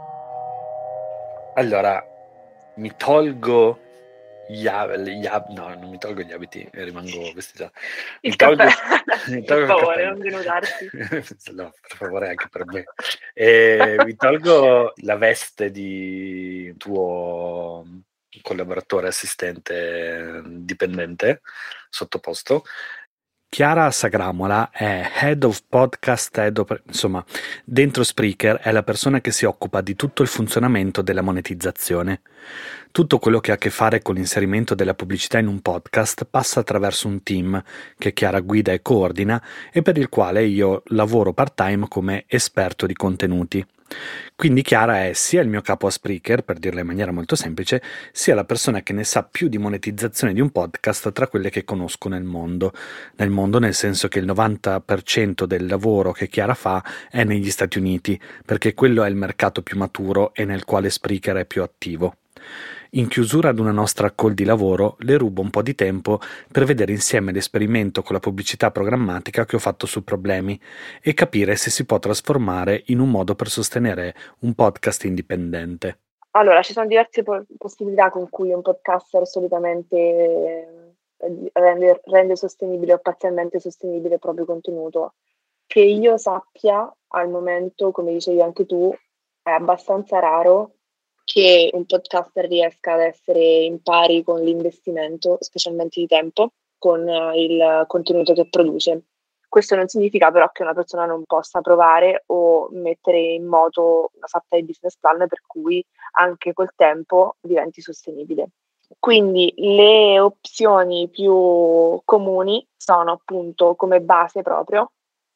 Allora, mi tolgo gli abiti, gli ab- no, non mi tolgo gli abiti e rimango vestito. Il mi tolgo, cappello, mi tolgo per il favore, cappello. non denudarti. No, per favore, anche per me. E mi tolgo la veste di tuo collaboratore, assistente, dipendente, sottoposto. Chiara Sagramola è Head of Podcast, Head of, insomma, dentro Spreaker è la persona che si occupa di tutto il funzionamento della monetizzazione. Tutto quello che ha a che fare con l'inserimento della pubblicità in un podcast passa attraverso un team che Chiara guida e coordina e per il quale io lavoro part-time come esperto di contenuti. Quindi Chiara è sia il mio capo a Spreaker, per dirla in maniera molto semplice, sia la persona che ne sa più di monetizzazione di un podcast tra quelle che conosco nel mondo. Nel mondo nel senso che il novanta per cento del lavoro che Chiara fa è negli Stati Uniti, perché quello è il mercato più maturo e nel quale Spreaker è più attivo. In chiusura ad una nostra call di lavoro le rubo un po' di tempo per vedere insieme l'esperimento con la pubblicità programmatica che ho fatto su Problemi e capire se si può trasformare in un modo per sostenere un podcast indipendente. Allora, ci sono diverse po- possibilità con cui un podcaster solitamente eh, rende, rende sostenibile o parzialmente sostenibile il proprio contenuto. Che io sappia, al momento, come dicevi anche tu, è abbastanza raro che un podcaster riesca ad essere in pari con l'investimento, specialmente di tempo, con il contenuto che produce. Questo non significa però che una persona non possa provare o mettere in moto una sorta di business plan per cui anche col tempo diventi sostenibile. Quindi le opzioni più comuni sono appunto come base proprio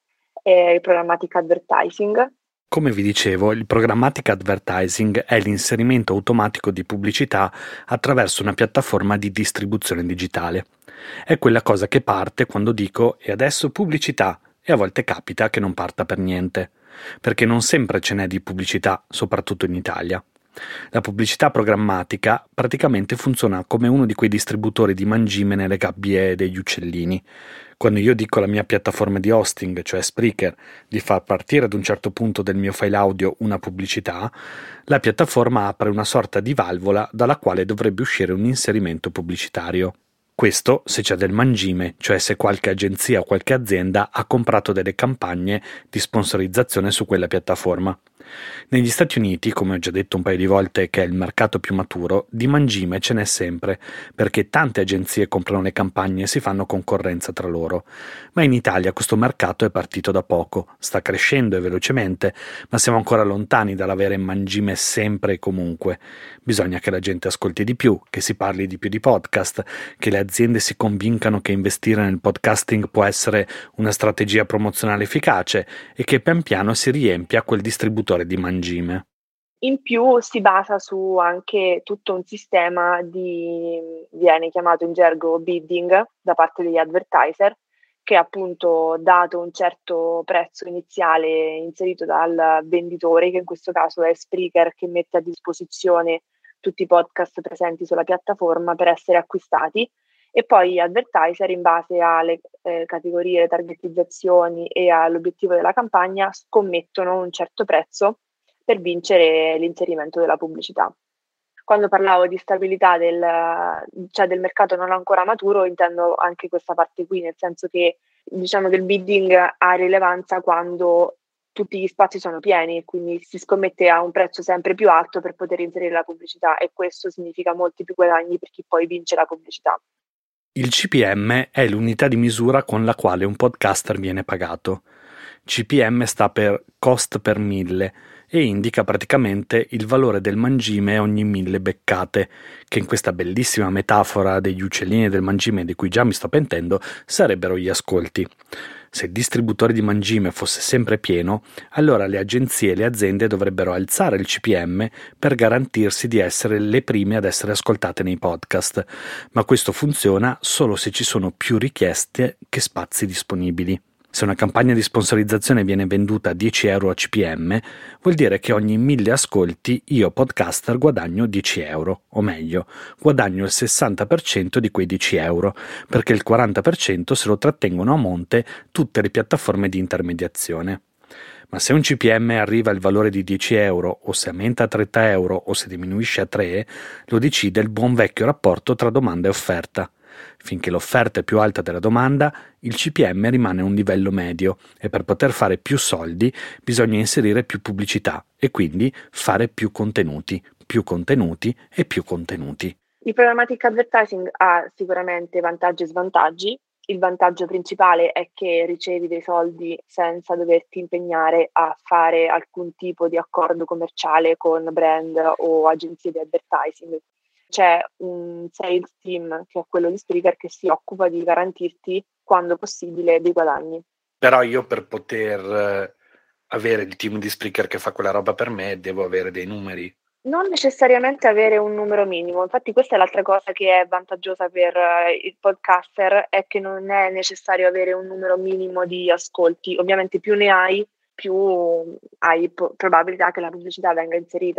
eh, il programmatic advertising. Come vi dicevo, il programmatic advertising è l'inserimento automatico di pubblicità attraverso una piattaforma di distribuzione digitale. È quella cosa che parte quando dico "e adesso pubblicità" e a volte capita che non parta per niente, perché non sempre ce n'è di pubblicità, soprattutto in Italia. La pubblicità programmatica praticamente funziona come uno di quei distributori di mangime nelle gabbie degli uccellini. Quando io dico alla mia piattaforma di hosting, cioè Spreaker, di far partire ad un certo punto del mio file audio una pubblicità, la piattaforma apre una sorta di valvola dalla quale dovrebbe uscire un inserimento pubblicitario. Questo se c'è del mangime, cioè se qualche agenzia o qualche azienda ha comprato delle campagne di sponsorizzazione su quella piattaforma. Negli Stati Uniti, come ho già detto un paio di volte che è il mercato più maturo, di mangime ce n'è sempre, perché tante agenzie comprano le campagne e si fanno concorrenza tra loro. Ma in Italia questo mercato è partito da poco, sta crescendo e velocemente, ma siamo ancora lontani dall'avere mangime sempre e comunque. Bisogna che la gente ascolti di più, che si parli di più di podcast, che le aziende si convincano che investire nel podcasting può essere una strategia promozionale efficace e che pian piano si riempia quel distributore di mangime. In più si basa su anche tutto un sistema di, viene chiamato in gergo bidding da parte degli advertiser, che appunto, dato un certo prezzo iniziale inserito dal venditore, che in questo caso è Spreaker, che mette a disposizione tutti i podcast presenti sulla piattaforma per essere acquistati, e poi gli advertiser, in base alle eh, categorie, le targetizzazioni e all'obiettivo della campagna, scommettono un certo prezzo per vincere l'inserimento della pubblicità. Quando parlavo di stabilità del, cioè del mercato non ancora maturo, intendo anche questa parte qui, nel senso che diciamo che il bidding ha rilevanza quando tutti gli spazi sono pieni e quindi si scommette a un prezzo sempre più alto per poter inserire la pubblicità, e questo significa molti più guadagni per chi poi vince la pubblicità. Il C P M è l'unità di misura con la quale un podcaster viene pagato. C P M sta per cost per mille e indica praticamente il valore del mangime ogni mille beccate, che in questa bellissima metafora degli uccellini del mangime di cui già mi sto pentendo sarebbero gli ascolti. Se il distributore di mangime fosse sempre pieno, allora le agenzie e le aziende dovrebbero alzare il C P M per garantirsi di essere le prime ad essere ascoltate nei podcast, ma questo funziona solo se ci sono più richieste che spazi disponibili. Se una campagna di sponsorizzazione viene venduta a dieci euro a C P M, vuol dire che ogni mille ascolti io podcaster guadagno dieci euro, o meglio, guadagno il sessanta per cento di quei dieci euro, perché il quaranta per cento se lo trattengono a monte tutte le piattaforme di intermediazione. Ma se un C P M arriva al valore di dieci euro, o se aumenta a trenta euro, o se diminuisce a tre, lo decide il buon vecchio rapporto tra domanda e offerta. Finché l'offerta è più alta della domanda, il C P M rimane a un livello medio e per poter fare più soldi bisogna inserire più pubblicità e quindi fare più contenuti, più contenuti e più contenuti. Il programmatic advertising ha sicuramente vantaggi e svantaggi. Il vantaggio principale è che ricevi dei soldi senza doverti impegnare a fare alcun tipo di accordo commerciale con brand o agenzie di advertising. C'è un sales team, che è quello di Spreaker, che si occupa di garantirti, quando possibile, dei guadagni. Però io, per poter avere il team di Spreaker che fa quella roba per me, devo avere dei numeri. Non necessariamente avere un numero minimo, infatti questa è l'altra cosa che è vantaggiosa per il podcaster, è che non è necessario avere un numero minimo di ascolti. Ovviamente più ne hai, più hai po- probabilità che la pubblicità venga inserita.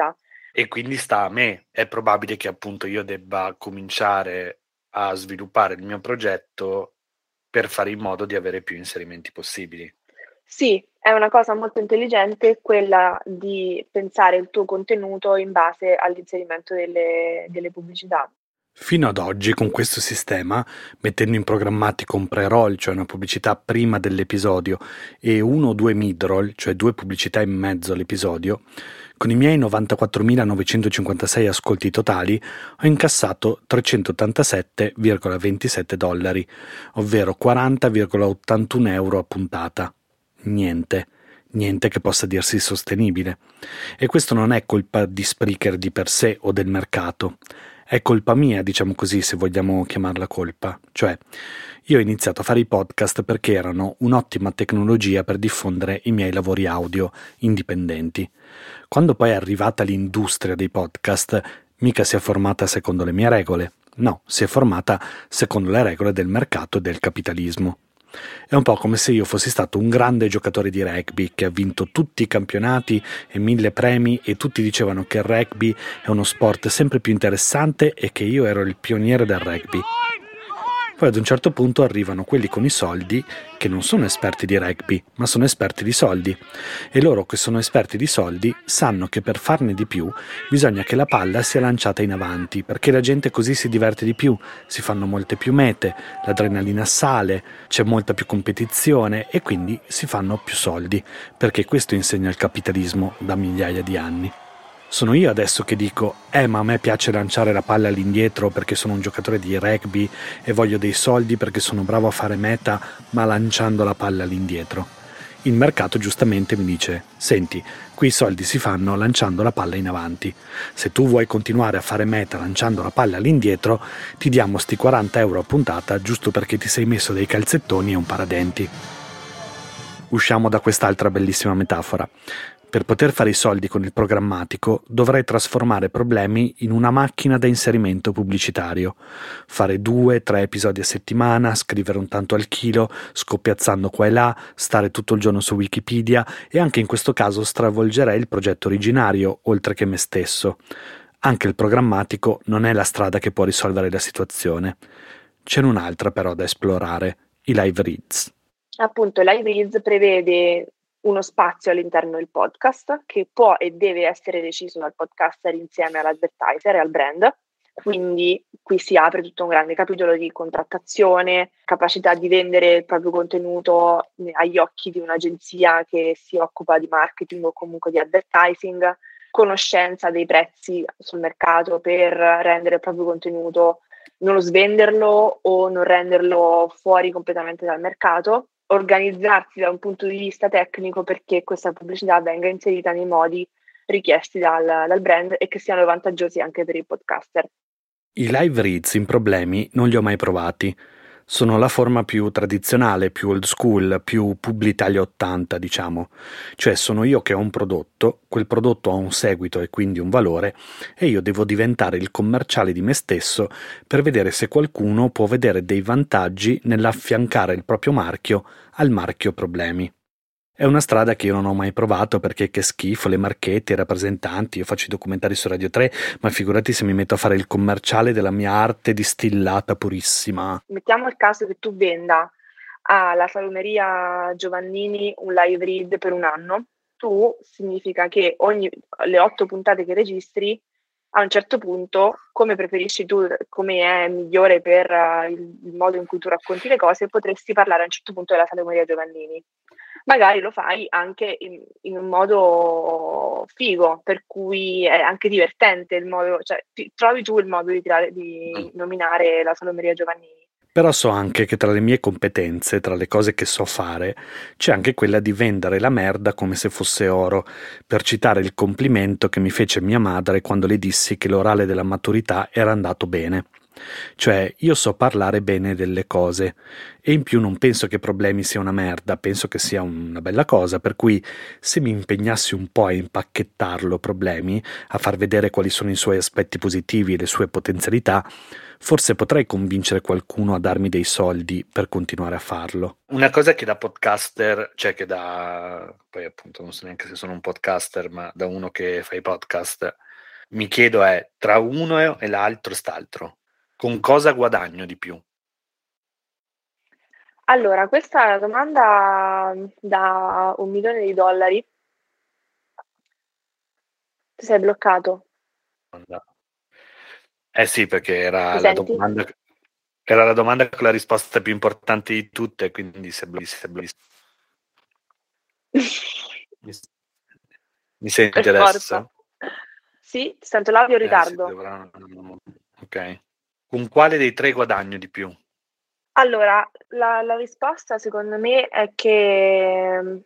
E quindi sta a me. È probabile che appunto io debba cominciare a sviluppare il mio progetto per fare in modo di avere più inserimenti possibili. Sì, è una cosa molto intelligente quella di pensare il tuo contenuto in base all'inserimento delle, delle pubblicità. Fino ad oggi, con questo sistema, mettendo in programmatico un pre-roll, cioè una pubblicità prima dell'episodio, e uno o due mid-roll, cioè due pubblicità in mezzo all'episodio, con i miei novantaquattromilanovecentocinquantasei ascolti totali ho incassato trecentottantasette virgola ventisette dollari, ovvero quaranta virgola ottantuno euro a puntata. Niente. Niente che possa dirsi sostenibile. E questo non è colpa di Spreaker di per sé o del mercato. È colpa mia, diciamo così, se vogliamo chiamarla colpa. Cioè, io ho iniziato a fare i podcast perché erano un'ottima tecnologia per diffondere i miei lavori audio indipendenti. Quando poi è arrivata l'industria dei podcast, mica si è formata secondo le mie regole. No, si è formata secondo le regole del mercato e del capitalismo. È un po' come se io fossi stato un grande giocatore di rugby che ha vinto tutti i campionati e mille premi e tutti dicevano che il rugby è uno sport sempre più interessante e che io ero il pioniere del rugby. Poi ad un certo punto arrivano quelli con i soldi che non sono esperti di rugby, ma sono esperti di soldi. E loro che sono esperti di soldi sanno che per farne di più bisogna che la palla sia lanciata in avanti, perché la gente così si diverte di più, si fanno molte più mete, l'adrenalina sale, c'è molta più competizione e quindi si fanno più soldi, perché questo insegna il capitalismo da migliaia di anni. Sono io adesso che dico, eh ma a me piace lanciare la palla all'indietro perché sono un giocatore di rugby e voglio dei soldi perché sono bravo a fare meta ma lanciando la palla all'indietro. Il mercato giustamente mi dice, senti, qui i soldi si fanno lanciando la palla in avanti. Se tu vuoi continuare a fare meta lanciando la palla all'indietro, ti diamo sti quaranta euro a puntata giusto perché ti sei messo dei calzettoni e un paradenti. Usciamo da quest'altra bellissima metafora. Per poter fare i soldi con il programmatico dovrei trasformare problemi in una macchina da inserimento pubblicitario, fare due, tre episodi a settimana, scrivere un tanto al chilo, scoppiazzando qua e là, stare tutto il giorno su Wikipedia e anche in questo caso stravolgerei il progetto originario, oltre che me stesso. Anche il programmatico non è la strada che può risolvere la situazione. C'è un'altra però da esplorare, i live reads. Appunto, live reads prevede uno spazio all'interno del podcast che può e deve essere deciso dal podcaster insieme all'advertiser e al brand. Quindi qui si apre tutto un grande capitolo di contrattazione, capacità di vendere il proprio contenuto agli occhi di un'agenzia che si occupa di marketing o comunque di advertising, conoscenza dei prezzi sul mercato per rendere il proprio contenuto, non svenderlo o non renderlo fuori completamente dal mercato, organizzarsi da un punto di vista tecnico perché questa pubblicità venga inserita nei modi richiesti dal, dal brand e che siano vantaggiosi anche per il podcaster. I live reads in problemi non li ho mai provati. Sono la forma più tradizionale, più old school, più Publitalia ottanta, diciamo. Cioè sono io che ho un prodotto, quel prodotto ha un seguito e quindi un valore, e io devo diventare il commerciale di me stesso per vedere se qualcuno può vedere dei vantaggi nell'affiancare il proprio marchio al marchio problemi. È una strada che io non ho mai provato perché che schifo, le marchette, i rappresentanti, io faccio i documentari su Radio tre, ma figurati se mi metto a fare il commerciale della mia arte distillata purissima. Mettiamo il caso che tu venda alla salumeria Giovannini un live read per un anno, tu significa che ogni le otto puntate che registri a un certo punto, come preferisci tu, come è migliore per uh, il, il modo in cui tu racconti le cose, potresti parlare a un certo punto della salumeria Giovannini. Magari lo fai anche in, in un modo figo, per cui è anche divertente il modo, cioè ti, trovi tu il modo di, tirare, di nominare la salumeria Giovannini. Però so anche che tra le mie competenze, tra le cose che so fare, c'è anche quella di vendere la merda come se fosse oro, per citare il complimento che mi fece mia madre quando le dissi che l'orale della maturità era andato bene. Cioè, io so parlare bene delle cose e in più non penso che Problemi sia una merda, penso che sia una bella cosa, per cui se mi impegnassi un po' a impacchettarlo Problemi, a far vedere quali sono i suoi aspetti positivi e le sue potenzialità, forse potrei convincere qualcuno a darmi dei soldi per continuare a farlo. Una cosa che da podcaster, cioè che da, poi appunto non so neanche se sono un podcaster, ma da uno che fa i podcast, Mi chiedo è, tra uno e l'altro st'altro, con cosa guadagno di più? Allora, questa è una domanda da un milione di dollari. Ti sei bloccato? Eh sì, perché era Mi la senti? domanda, era la domanda con la risposta più importante di tutte, quindi se blo- se blo- mi, mi senti Per forza. adesso? Sì, ti sento l'audio in Eh, sì, ritardo. dovrà- Ok. Con quale dei tre guadagno di più? Allora, la, la risposta secondo me è che mm,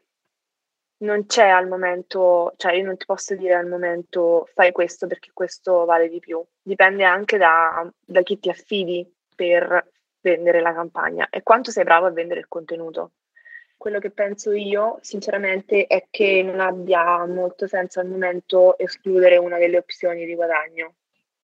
non c'è al momento, cioè io non ti posso dire al momento fai questo perché questo vale di più. Dipende anche da, da chi ti affidi per vendere la campagna e quanto sei bravo a vendere il contenuto. Quello che penso io, sinceramente, è che non abbia molto senso al momento escludere una delle opzioni di guadagno,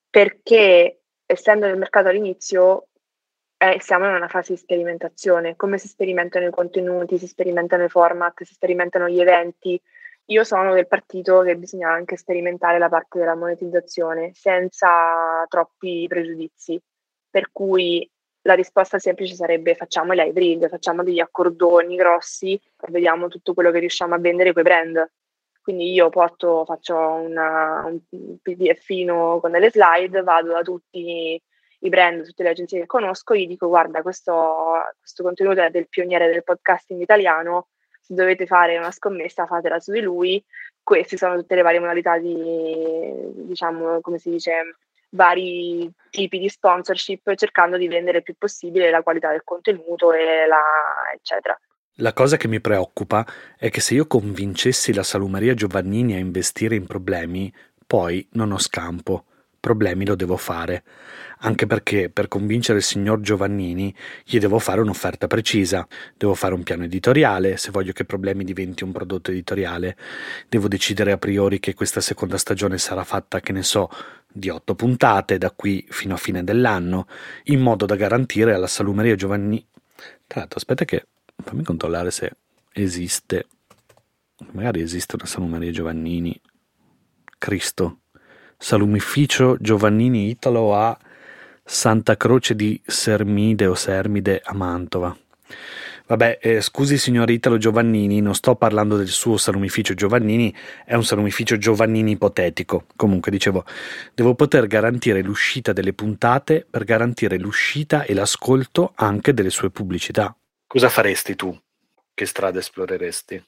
perché essendo nel mercato all'inizio eh, siamo in una fase di sperimentazione, come si sperimentano i contenuti, si sperimentano i format, si sperimentano gli eventi. Io sono del partito che bisogna anche sperimentare la parte della monetizzazione senza troppi pregiudizi, per cui la risposta semplice sarebbe facciamo i live reel, facciamo degli accordoni grossi e vediamo tutto quello che riusciamo a vendere coi brand. Quindi io porto, faccio una, un pdfino con delle slide, vado da tutti i brand, tutte le agenzie che conosco, gli dico guarda questo, questo contenuto è del pioniere del podcasting italiano, se dovete fare una scommessa fatela su di lui, queste sono tutte le varie modalità di, diciamo, come si dice, vari tipi di sponsorship, cercando di vendere il più possibile la qualità del contenuto e la eccetera. La cosa che mi preoccupa è che se io convincessi la Salumeria Giovannini a investire in problemi, poi non ho scampo. Problemi lo devo fare, anche perché per convincere il signor Giovannini gli devo fare un'offerta precisa, devo fare un piano editoriale, se voglio che Problemi diventi un prodotto editoriale, devo decidere a priori che questa seconda stagione sarà fatta, che ne so, di otto puntate da qui fino a fine dell'anno, in modo da garantire alla Salumeria Giovannini. Tra l'altro, aspetta che fammi controllare se esiste, magari esiste una Salumeria Giovannini. Cristo. Salumificio Giovannini Italo a Santa Croce di Sermide o Sermide a Mantova. Vabbè, eh, scusi signor Italo Giovannini, non sto parlando del suo salumificio Giovannini, è un salumificio Giovannini ipotetico. Comunque, dicevo, devo poter garantire l'uscita delle puntate per garantire l'uscita e l'ascolto anche delle sue pubblicità. Cosa faresti tu? Che strada esploreresti?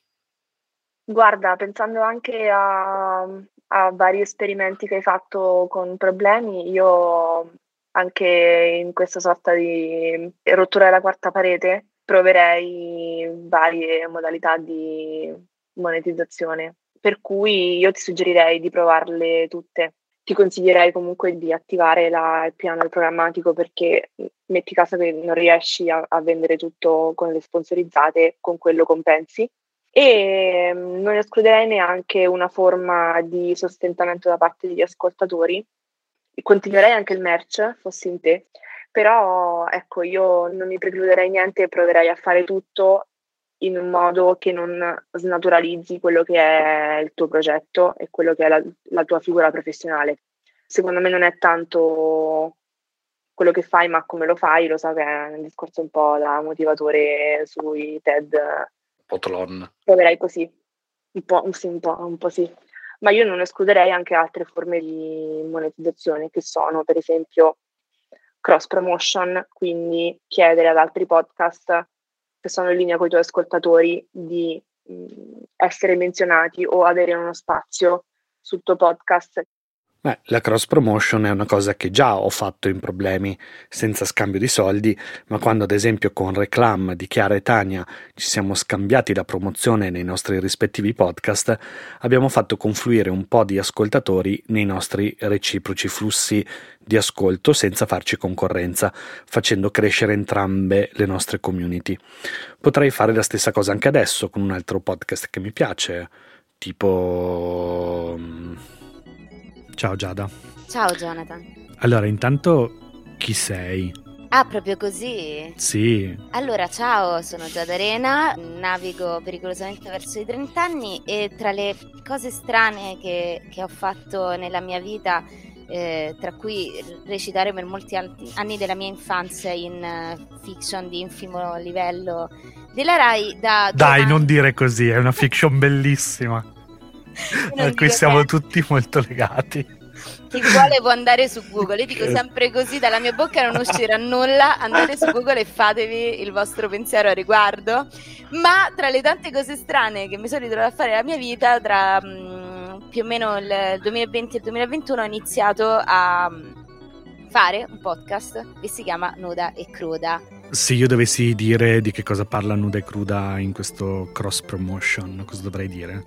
Guarda, pensando anche a, a vari esperimenti che hai fatto con Problemi, io anche in questa sorta di rottura della quarta parete proverei varie modalità di monetizzazione, per cui io ti suggerirei di provarle tutte. Ti consiglierei comunque di attivare la, il piano programmatico, perché metti caso che non riesci a, a vendere tutto con le sponsorizzate, con quello compensi. E non escluderei neanche una forma di sostentamento da parte degli ascoltatori. Continuerei anche il merch, fossi in te, però ecco, io non mi precluderei niente e proverei a fare tutto in un modo che non snaturalizzi quello che è il tuo progetto e quello che è la, la tua figura professionale. Secondo me non è tanto quello che fai, ma come lo fai. Lo so che è un discorso un po' da motivatore sui TED. Potlon. Proverei così, un po', sì, un po', un po' sì. Ma io non escluderei anche altre forme di monetizzazione, che sono per esempio cross promotion, quindi chiedere ad altri podcast che sono in linea con i tuoi ascoltatori di mh, essere menzionati o avere uno spazio sul tuo podcast. Beh, la cross promotion è una cosa che già ho fatto in Problemi senza scambio di soldi, ma quando ad esempio con Reclam di Chiara e Tania ci siamo scambiati la promozione nei nostri rispettivi podcast, abbiamo fatto confluire un po' di ascoltatori nei nostri reciproci flussi di ascolto senza farci concorrenza, facendo crescere entrambe le nostre community. Potrei fare la stessa cosa anche adesso con un altro podcast che mi piace, tipo... Ciao Giada. Ciao Jonathan. Allora, intanto chi sei? Ah, proprio così? Sì. Allora, ciao, sono Giada Arena, navigo pericolosamente verso i trenta anni e tra le cose strane che, che ho fatto nella mia vita, eh, tra cui recitare per molti altri anni della mia infanzia in uh, fiction di infimo livello della Rai da Dai, anni... non dire così, è una fiction bellissima a cui siamo che... tutti molto legati. Chi vuole può andare su Google, io dico sempre così, dalla mia bocca non uscirà nulla, andate su Google e fatevi il vostro pensiero a riguardo. Ma tra le tante cose strane che mi sono ritrovata a fare nella mia vita, tra mh, più o meno il duemilaventi e il duemilaventuno ho iniziato a fare un podcast che si chiama Nuda e Cruda. Se io dovessi dire di che cosa parla Nuda e Cruda in questo cross promotion, cosa dovrei dire?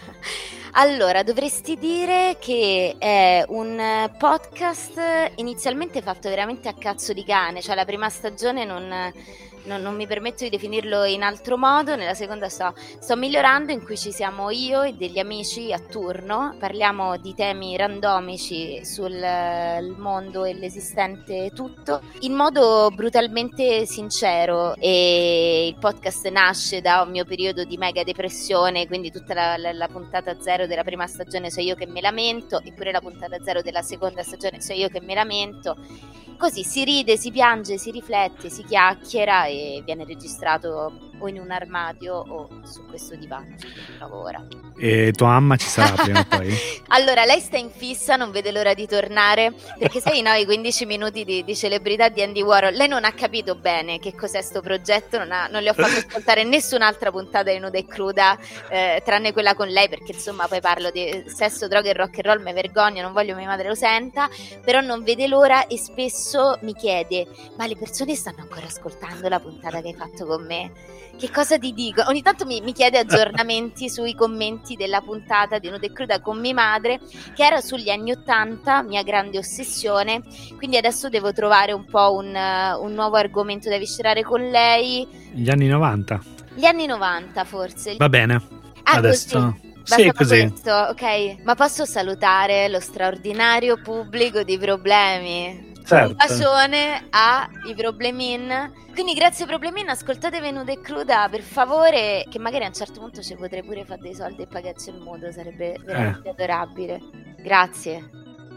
Allora, dovresti dire che è un podcast inizialmente fatto veramente a cazzo di cane, cioè la prima stagione non, non, non mi permetto di definirlo in altro modo, nella seconda sto, sto migliorando, in cui ci siamo io e degli amici a turno, parliamo di temi randomici sul mondo e l'esistente tutto, in modo brutalmente sincero, e il podcast nasce da un mio periodo di mega depressione, quindi tutta la, la, la puntata zero della prima stagione so io che me lamento, eppure la puntata zero della seconda stagione so io che me lamento. Così si ride, si piange, si riflette, si chiacchiera e viene registrato o in un armadio o su questo divano su cui mi trovo ora. E tua mamma ci sarà prima o poi? Allora, lei sta in fissa, non vede l'ora di tornare, perché sai, no, i quindici minuti di, di celebrità di Andy Warhol, lei non ha capito bene che cos'è sto progetto, non, ha, non le ho fatto ascoltare nessun'altra puntata di Nuda e Cruda, eh, tranne quella con lei, perché insomma poi parlo di sesso, droga e rock and roll, mi vergogno, non voglio che mia madre lo senta, però non vede l'ora e spesso mi chiede: ma le persone stanno ancora ascoltando la puntata che hai fatto con me? Che cosa ti dico? Ogni tanto mi, mi chiede aggiornamenti sui commenti della puntata di Nuda e Cruda con mia madre, che era sugli anni ottanta, mia grande ossessione, quindi adesso devo trovare un po' un, un nuovo argomento da viscerare con lei. Gli anni novanta? Gli anni novanta forse. Va bene, ah, adesso... Così. Sì, così. Questo, ok, ma posso salutare lo straordinario pubblico di Problemi? Certo. Un bacione ai Problemin. Quindi grazie Problemin, ascoltatevi Nuda e Cruda per favore, che magari a un certo punto ci potrei pure fare dei soldi e pagarci il mutuo, sarebbe veramente eh. adorabile. Grazie.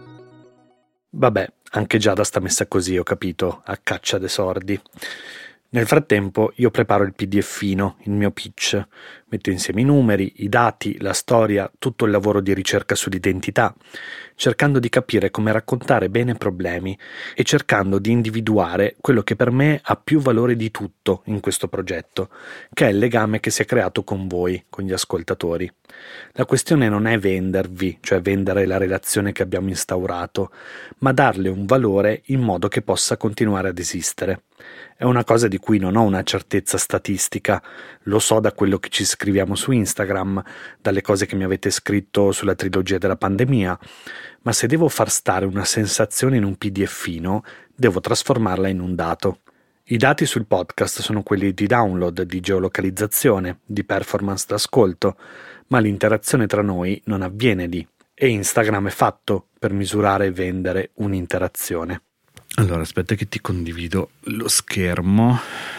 Vabbè, anche Giada sta messa così, ho capito, a caccia dei sordi. Nel frattempo io preparo il PDFino, il mio pitch, metto insieme i numeri, i dati, la storia, tutto il lavoro di ricerca sull'identità, cercando di capire come raccontare bene problemi e cercando di individuare quello che per me ha più valore di tutto in questo progetto, che è il legame che si è creato con voi, con gli ascoltatori. La questione non è vendervi, cioè vendere la relazione che abbiamo instaurato, ma darle un valore in modo che possa continuare ad esistere. È una cosa di cui non ho una certezza statistica, lo so da quello che ci scriviamo su Instagram, dalle cose che mi avete scritto sulla trilogia della pandemia, ma se devo far stare una sensazione in un PDFino, devo trasformarla in un dato. I dati sul podcast sono quelli di download, di geolocalizzazione, di performance d'ascolto, ma l'interazione tra noi non avviene lì, e Instagram è fatto per misurare e vendere un'interazione. Allora, aspetta che ti condivido lo schermo.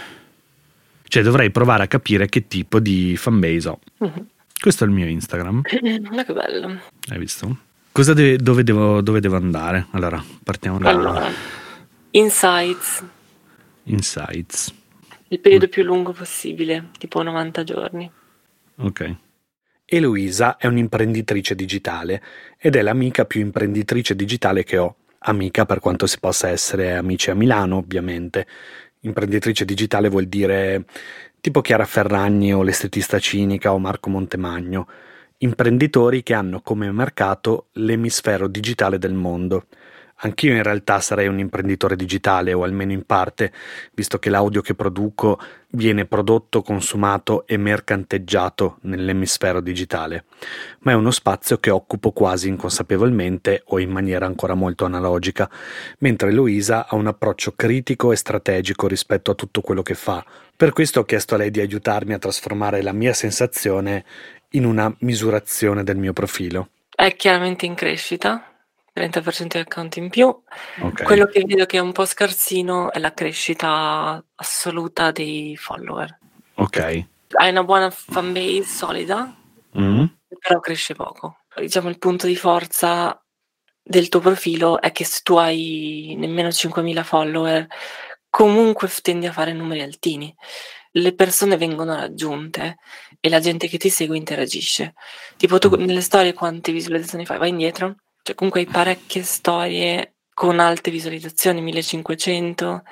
Cioè, dovrei provare a capire che tipo di fanbase ho. Uh-huh. Questo è il mio Instagram. Ma che bello. Hai visto? Cosa deve, dove, devo, dove devo andare? Allora, partiamo da... Allora, Insights. Insights. Il periodo più lungo possibile, tipo novanta giorni. Ok. Eloisa è un'imprenditrice digitale ed è l'amica più imprenditrice digitale che ho. Amica per quanto si possa essere amici a Milano, ovviamente. Imprenditrice digitale vuol dire tipo Chiara Ferragni o l'estetista cinica o Marco Montemagno. Imprenditori che hanno come mercato l'emisfero digitale del mondo. Anch'io in realtà sarei un imprenditore digitale, o almeno in parte, visto che l'audio che produco viene prodotto, consumato e mercanteggiato nell'emisfero digitale, ma è uno spazio che occupo quasi inconsapevolmente o in maniera ancora molto analogica, mentre Luisa ha un approccio critico e strategico rispetto a tutto quello che fa. Per questo ho chiesto a lei di aiutarmi a trasformare la mia sensazione in una misurazione del mio profilo. È chiaramente in crescita, trenta per cento di account in più. Ok. Quello che vedo che è un po' scarsino è la crescita assoluta dei follower. Ok. Hai una buona fanbase solida, Mm. però cresce poco. Diciamo il punto di forza del tuo profilo è che se tu hai nemmeno cinquemila follower, comunque tendi a fare numeri altini. Le persone vengono raggiunte e la gente che ti segue interagisce. Tipo tu nelle storie quante visualizzazioni fai? Vai indietro? Cioè comunque hai parecchie storie con alte visualizzazioni, millecinquecento,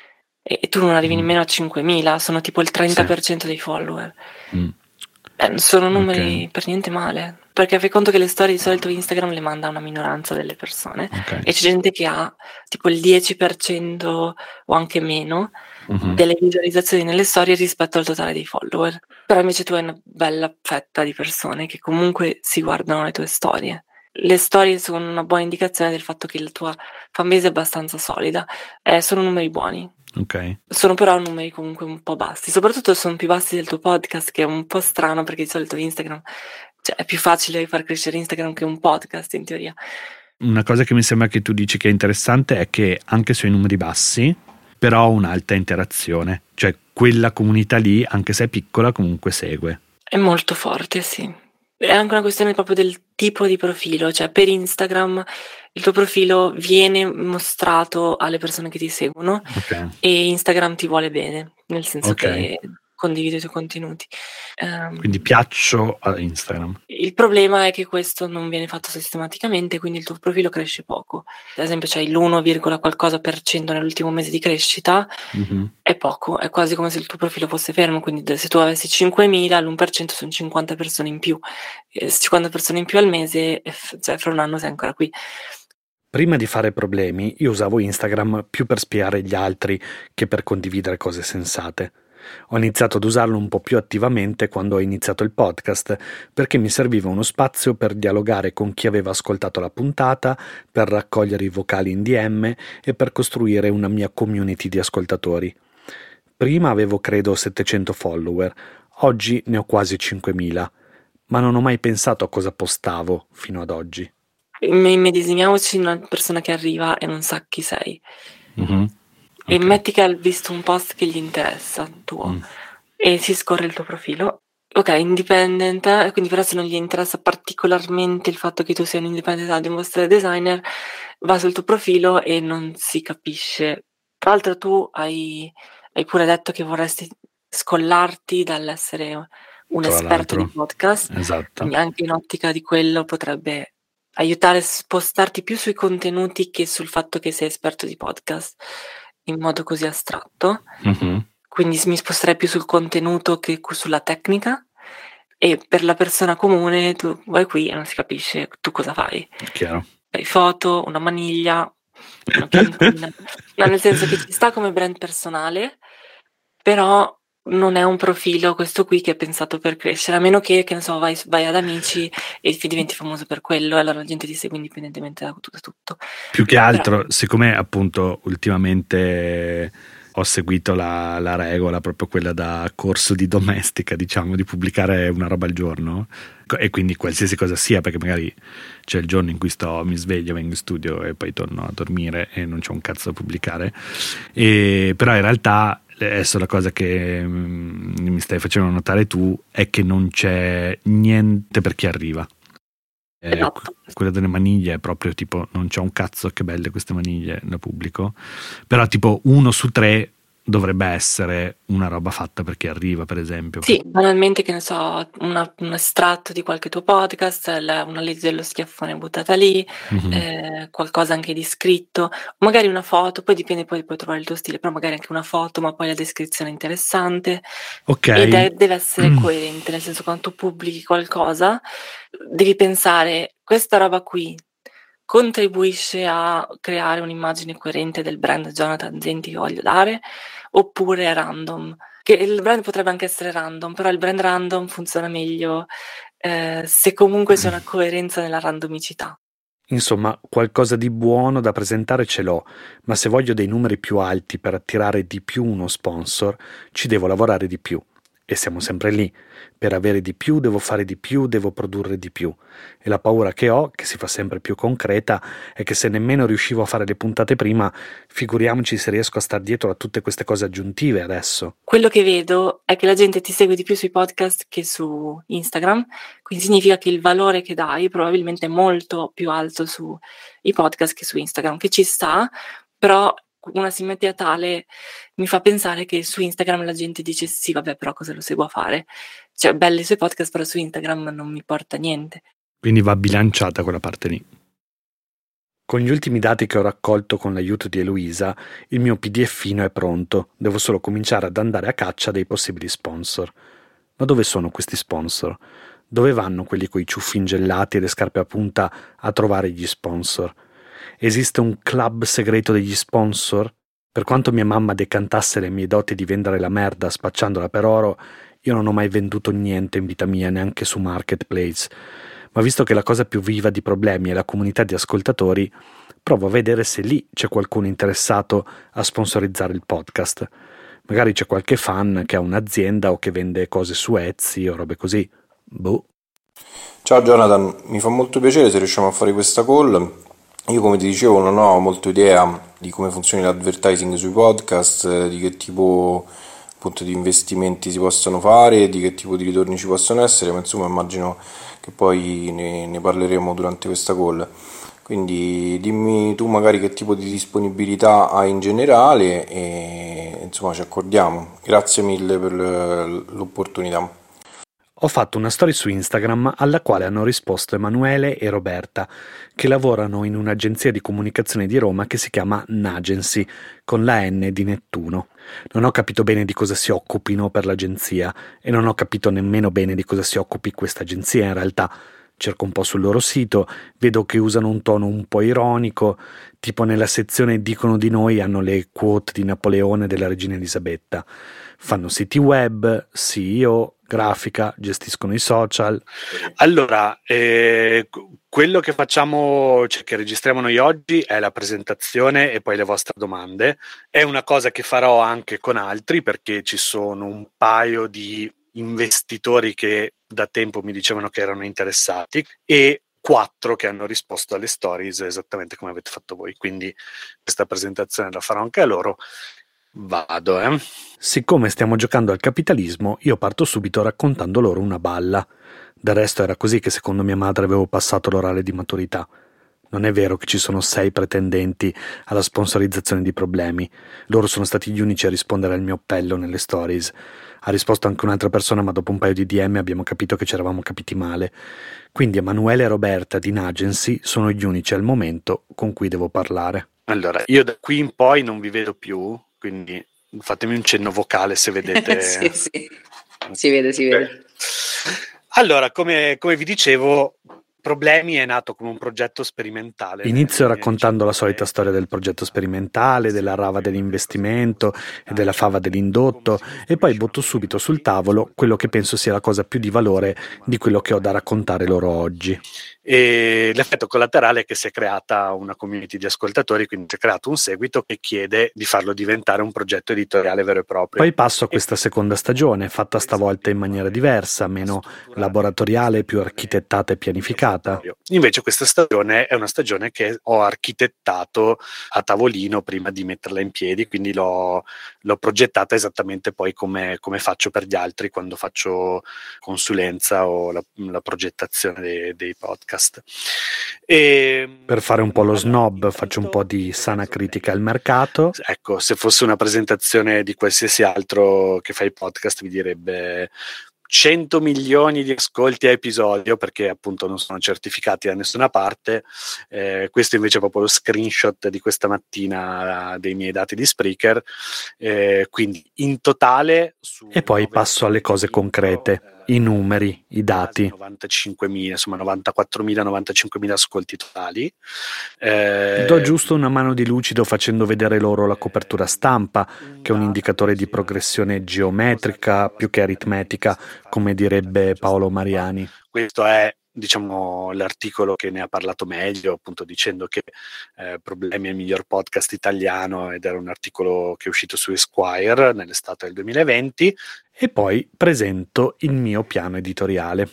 e, e tu non arrivi nemmeno a cinquemila, sono tipo il trenta per cento dei follower. Mm. Eh, sono numeri Ok. per niente male, perché fai conto che le storie di solito Instagram le manda una minoranza delle persone Ok. e c'è gente che ha tipo il dieci per cento o anche meno Mhm. delle visualizzazioni nelle storie rispetto al totale dei follower. Però invece tu hai una bella fetta di persone che comunque si guardano le tue storie. Le storie sono una buona indicazione del fatto che la tua fanbase è abbastanza solida. Eh, sono numeri buoni. Ok. Sono però numeri comunque un po' bassi, soprattutto sono più bassi del tuo podcast, che è un po' strano perché di solito Instagram, cioè è più facile far crescere Instagram che un podcast in teoria. Una cosa che mi sembra che tu dici che è interessante è che anche sui numeri bassi, però un'alta interazione, cioè quella comunità lì, anche se è piccola, comunque segue. È molto forte, sì. È anche una questione proprio del tipo di profilo, cioè per Instagram il tuo profilo viene mostrato alle persone che ti seguono Ok. e Instagram ti vuole bene, nel senso Ok. che condivide i tuoi contenuti. Ehm, Quindi piaccio a Instagram. Il problema è che questo non viene fatto sistematicamente, quindi il tuo profilo cresce poco. Ad esempio c'hai l'uno, qualcosa per cento nell'ultimo mese di crescita, Mhm. è poco, è quasi come se il tuo profilo fosse fermo, quindi se tu avessi cinquemila, l'uno per cento sono cinquanta persone in più, e cinquanta persone in più al mese, e f- cioè fra un anno sei ancora qui. Prima di fare problemi, io usavo Instagram più per spiare gli altri che per condividere cose sensate. Ho iniziato ad usarlo un po' più attivamente quando ho iniziato il podcast, perché mi serviva uno spazio per dialogare con chi aveva ascoltato la puntata, per raccogliere i vocali in D M e per costruire una mia community di ascoltatori. Prima avevo credo settecento follower, oggi ne ho quasi cinquemila, ma non ho mai pensato a cosa postavo fino ad oggi. Immedesimiamoci in una persona che arriva e non sa chi sei. Mhm. E metti che ha visto un post che gli interessa, tuo, Mm. e si scorre il tuo profilo. Ok, independent, eh, quindi però se non gli interessa particolarmente il fatto che tu sia un independent audio moster designer, va sul tuo profilo e non si capisce. Tra l'altro tu hai, hai pure detto che vorresti scollarti dall'essere un Tra esperto l'altro. di podcast, Esatto. quindi anche in ottica di quello potrebbe aiutare a spostarti più sui contenuti che sul fatto che sei esperto di podcast in modo così astratto. Mhm. Quindi mi sposterei più sul contenuto che cu- sulla tecnica, e per la persona comune tu vai qui e non si capisce tu cosa fai. Chiaro. Fai foto, una maniglia, una piantina. No, nel senso che ci sta come brand personale, però non è un profilo questo qui che è pensato per crescere, a meno che, che ne so, vai, vai ad Amici e ti diventi famoso per quello e allora la gente ti segue indipendentemente da tutto. tutto. Più che Però- altro, siccome appunto ultimamente ho seguito la, la regola, proprio quella da corso di domestica, diciamo, di pubblicare una roba al giorno, e quindi qualsiasi cosa sia, perché magari c'è il giorno in cui sto, mi sveglio, vengo in studio e poi torno a dormire e non c'ho un cazzo da pubblicare, e, però in realtà adesso la cosa che mm, mi stai facendo notare tu è che non c'è niente per chi arriva. Eh, Esatto. que- quella delle maniglie è proprio tipo non c'è un cazzo, che belle queste maniglie, la pubblico, però tipo uno su tre dovrebbe essere una roba fatta per chi arriva, per esempio. Sì, banalmente, che ne so, una- un estratto di qualche tuo podcast, la- una legge dello schiaffone buttata lì, Mhm. eh, qualcosa anche di scritto, magari una foto, poi dipende, poi puoi trovare il tuo stile, però magari anche una foto, ma poi la descrizione interessante. Ok. Ed è- deve essere Mm. coerente, nel senso, quando tu pubblichi qualcosa, devi pensare, questa roba qui contribuisce a creare un'immagine coerente del brand Jonathan Zenti che voglio dare, oppure è random. Che il brand potrebbe anche essere random, però il brand random funziona meglio eh, se comunque c'è una coerenza nella randomicità. Insomma, qualcosa di buono da presentare ce l'ho, ma se voglio dei numeri più alti per attirare di più uno sponsor, ci devo lavorare di più. E siamo sempre lì. Per avere di più devo fare di più, devo produrre di più. E la paura che ho, che si fa sempre più concreta, è che se nemmeno riuscivo a fare le puntate prima, figuriamoci se riesco a star dietro a tutte queste cose aggiuntive adesso. Quello che vedo è che la gente ti segue di più sui podcast che su Instagram, quindi significa che il valore che dai probabilmente è molto più alto sui podcast che su Instagram, che ci sta, però una simmetria tale mi fa pensare che su Instagram la gente dice sì, vabbè, però cosa lo seguo a fare? Cioè, belli i suoi podcast, però su Instagram non mi porta niente. Quindi va bilanciata quella parte lì. Con gli ultimi dati che ho raccolto con l'aiuto di Eloisa, il mio PDFino è pronto, devo solo cominciare ad andare a caccia dei possibili sponsor. Ma dove sono questi sponsor? Dove vanno quelli coi ciuffi ingellati e le scarpe a punta a trovare gli sponsor? Esiste un club segreto degli sponsor? Per quanto mia mamma decantasse le mie doti di vendere la merda spacciandola per oro, io non ho mai venduto niente in vita mia, neanche su Marketplace. Ma visto che la cosa più viva di Problemi è la comunità di ascoltatori, provo a vedere se lì c'è qualcuno interessato a sponsorizzare il podcast. Magari c'è qualche fan che ha un'azienda o che vende cose su Etsy o robe così. Boh. Ciao Jonathan, mi fa molto piacere se riusciamo a fare questa call. Io, come ti dicevo, non ho molto idea di come funzioni l'advertising sui podcast, di che tipo appunto di investimenti si possono fare, di che tipo di ritorni ci possono essere, ma insomma immagino che poi ne, ne parleremo durante questa call. Quindi dimmi tu magari che tipo di disponibilità hai in generale e insomma ci accordiamo. Grazie mille per l'opportunità. Ho fatto una storia su Instagram alla quale hanno risposto Emanuele e Roberta, che lavorano in un'agenzia di comunicazione di Roma che si chiama Nagency, con la N di Nettuno. Non ho capito bene di cosa si occupino per l'agenzia e non ho capito nemmeno bene di cosa si occupi questa agenzia in realtà. Cerco un po' sul loro sito, vedo che usano un tono un po' ironico, tipo nella sezione Dicono di noi hanno le quote di Napoleone della regina Elisabetta. Fanno siti web, C E O, grafica, gestiscono i social. Allora, eh, quello che facciamo, cioè che registriamo noi oggi è la presentazione e poi le vostre domande. È una cosa che farò anche con altri perché ci sono un paio di investitori che da tempo mi dicevano che erano interessati e quattro che hanno risposto alle stories esattamente come avete fatto voi, quindi questa presentazione la farò anche a loro. Vado, eh. Siccome stiamo giocando al capitalismo, io parto subito raccontando loro una balla. Del resto era così che secondo mia madre avevo passato l'orale di maturità. Non è vero che ci sono sei pretendenti alla sponsorizzazione di Problemi. Loro sono stati gli unici a rispondere al mio appello nelle stories. Ha risposto anche un'altra persona, ma dopo un paio di D M abbiamo capito che ci eravamo capiti male. Quindi Emanuele e Roberta di Nagency sono gli unici al momento con cui devo parlare. Allora, io da qui in poi non vi vedo più, quindi fatemi un cenno vocale se vedete. sì, sì. Si vede, si vede. Allora, come, come vi dicevo, Problemi è nato come un progetto sperimentale. Inizio raccontando la solita storia del progetto sperimentale, della rava dell'investimento e della fava dell'indotto e poi butto subito sul tavolo quello che penso sia la cosa più di valore di quello che ho da raccontare loro oggi. E l'effetto collaterale è che si è creata una community di ascoltatori, quindi si è creato un seguito che chiede di farlo diventare un progetto editoriale vero e proprio. Poi passo a questa seconda stagione, fatta stavolta in maniera diversa, meno laboratoriale, più architettata e pianificata. Invece questa stagione è una stagione che ho architettato a tavolino prima di metterla in piedi, quindi l'ho, l'ho progettata esattamente poi come, come faccio per gli altri quando faccio consulenza o la, la progettazione dei, dei podcast. E per fare un po' lo snob faccio un po' di sana critica al mercato. Ecco, se fosse una presentazione di qualsiasi altro che fa i podcast vi direbbe cento milioni di ascolti a episodio, perché appunto non sono certificati da nessuna parte. Eh, questo invece è proprio lo screenshot di questa mattina dei miei dati di Spreaker. Eh, quindi in totale su e poi passo alle cose concrete, i numeri, i dati. novantacinquemila, insomma novantaquattromila novantacinquemila ascolti totali. Eh, Do giusto una mano di lucido facendo vedere loro la copertura stampa, che è un indicatore di progressione geometrica più che aritmetica, come direbbe Paolo Mariani. Questo è diciamo l'articolo che ne ha parlato meglio, appunto dicendo che eh, Problemi è il miglior podcast italiano, ed era un articolo che è uscito su Esquire nell'estate del duemilaventi, e poi presento il mio piano editoriale.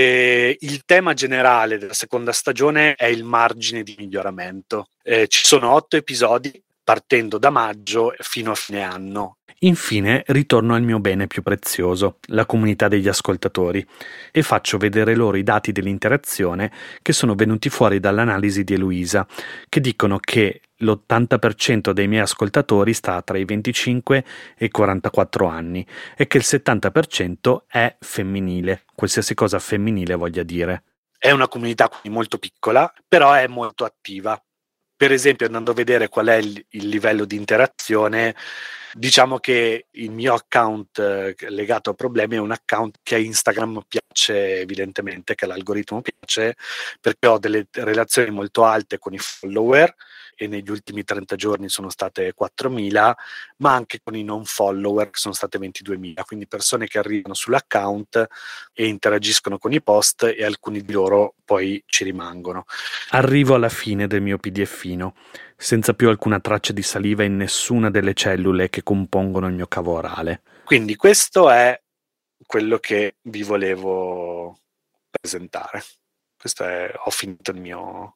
E il tema generale della seconda stagione è il margine di miglioramento. Eh, ci sono otto episodi partendo da maggio fino a fine anno. Infine ritorno al mio bene più prezioso, la comunità degli ascoltatori, e faccio vedere loro i dati dell'interazione che sono venuti fuori dall'analisi di Eloisa, che dicono che l'ottanta per cento dei miei ascoltatori sta tra i venticinque e i quarantaquattro anni e che il settanta per cento è femminile, qualsiasi cosa femminile voglia dire. È una comunità quindi molto piccola, però è molto attiva. Per esempio, andando a vedere qual è il, il livello di interazione, diciamo che il mio account eh, legato a Problemi è un account che a Instagram piace evidentemente, che l'algoritmo piace, perché ho delle relazioni molto alte con i follower, e negli ultimi trenta giorni sono state quattromila, ma anche con i non follower che sono state ventiduemila, quindi persone che arrivano sull'account e interagiscono con i post, e alcuni di loro poi ci rimangono. Arrivo alla fine del mio pdfino, senza più alcuna traccia di saliva in nessuna delle cellule che compongono il mio cavo orale. Quindi questo è quello che vi volevo presentare. Questo è, ho finito il mio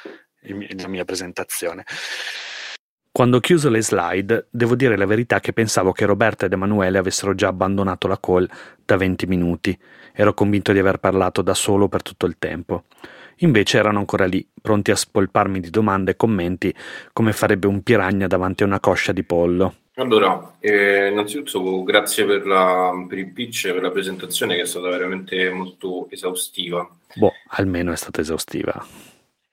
la mia presentazione. Quando ho chiuso le slide, devo dire la verità che pensavo che Roberta ed Emanuele avessero già abbandonato la call da venti minuti. Ero convinto di aver parlato da solo per tutto il tempo. Invece erano ancora lì, pronti a spolparmi di domande e commenti come farebbe un piranha davanti a una coscia di pollo. Allora, eh, innanzitutto grazie per, la, per il pitch, per la presentazione, che è stata veramente molto esaustiva. Boh, almeno è stata esaustiva.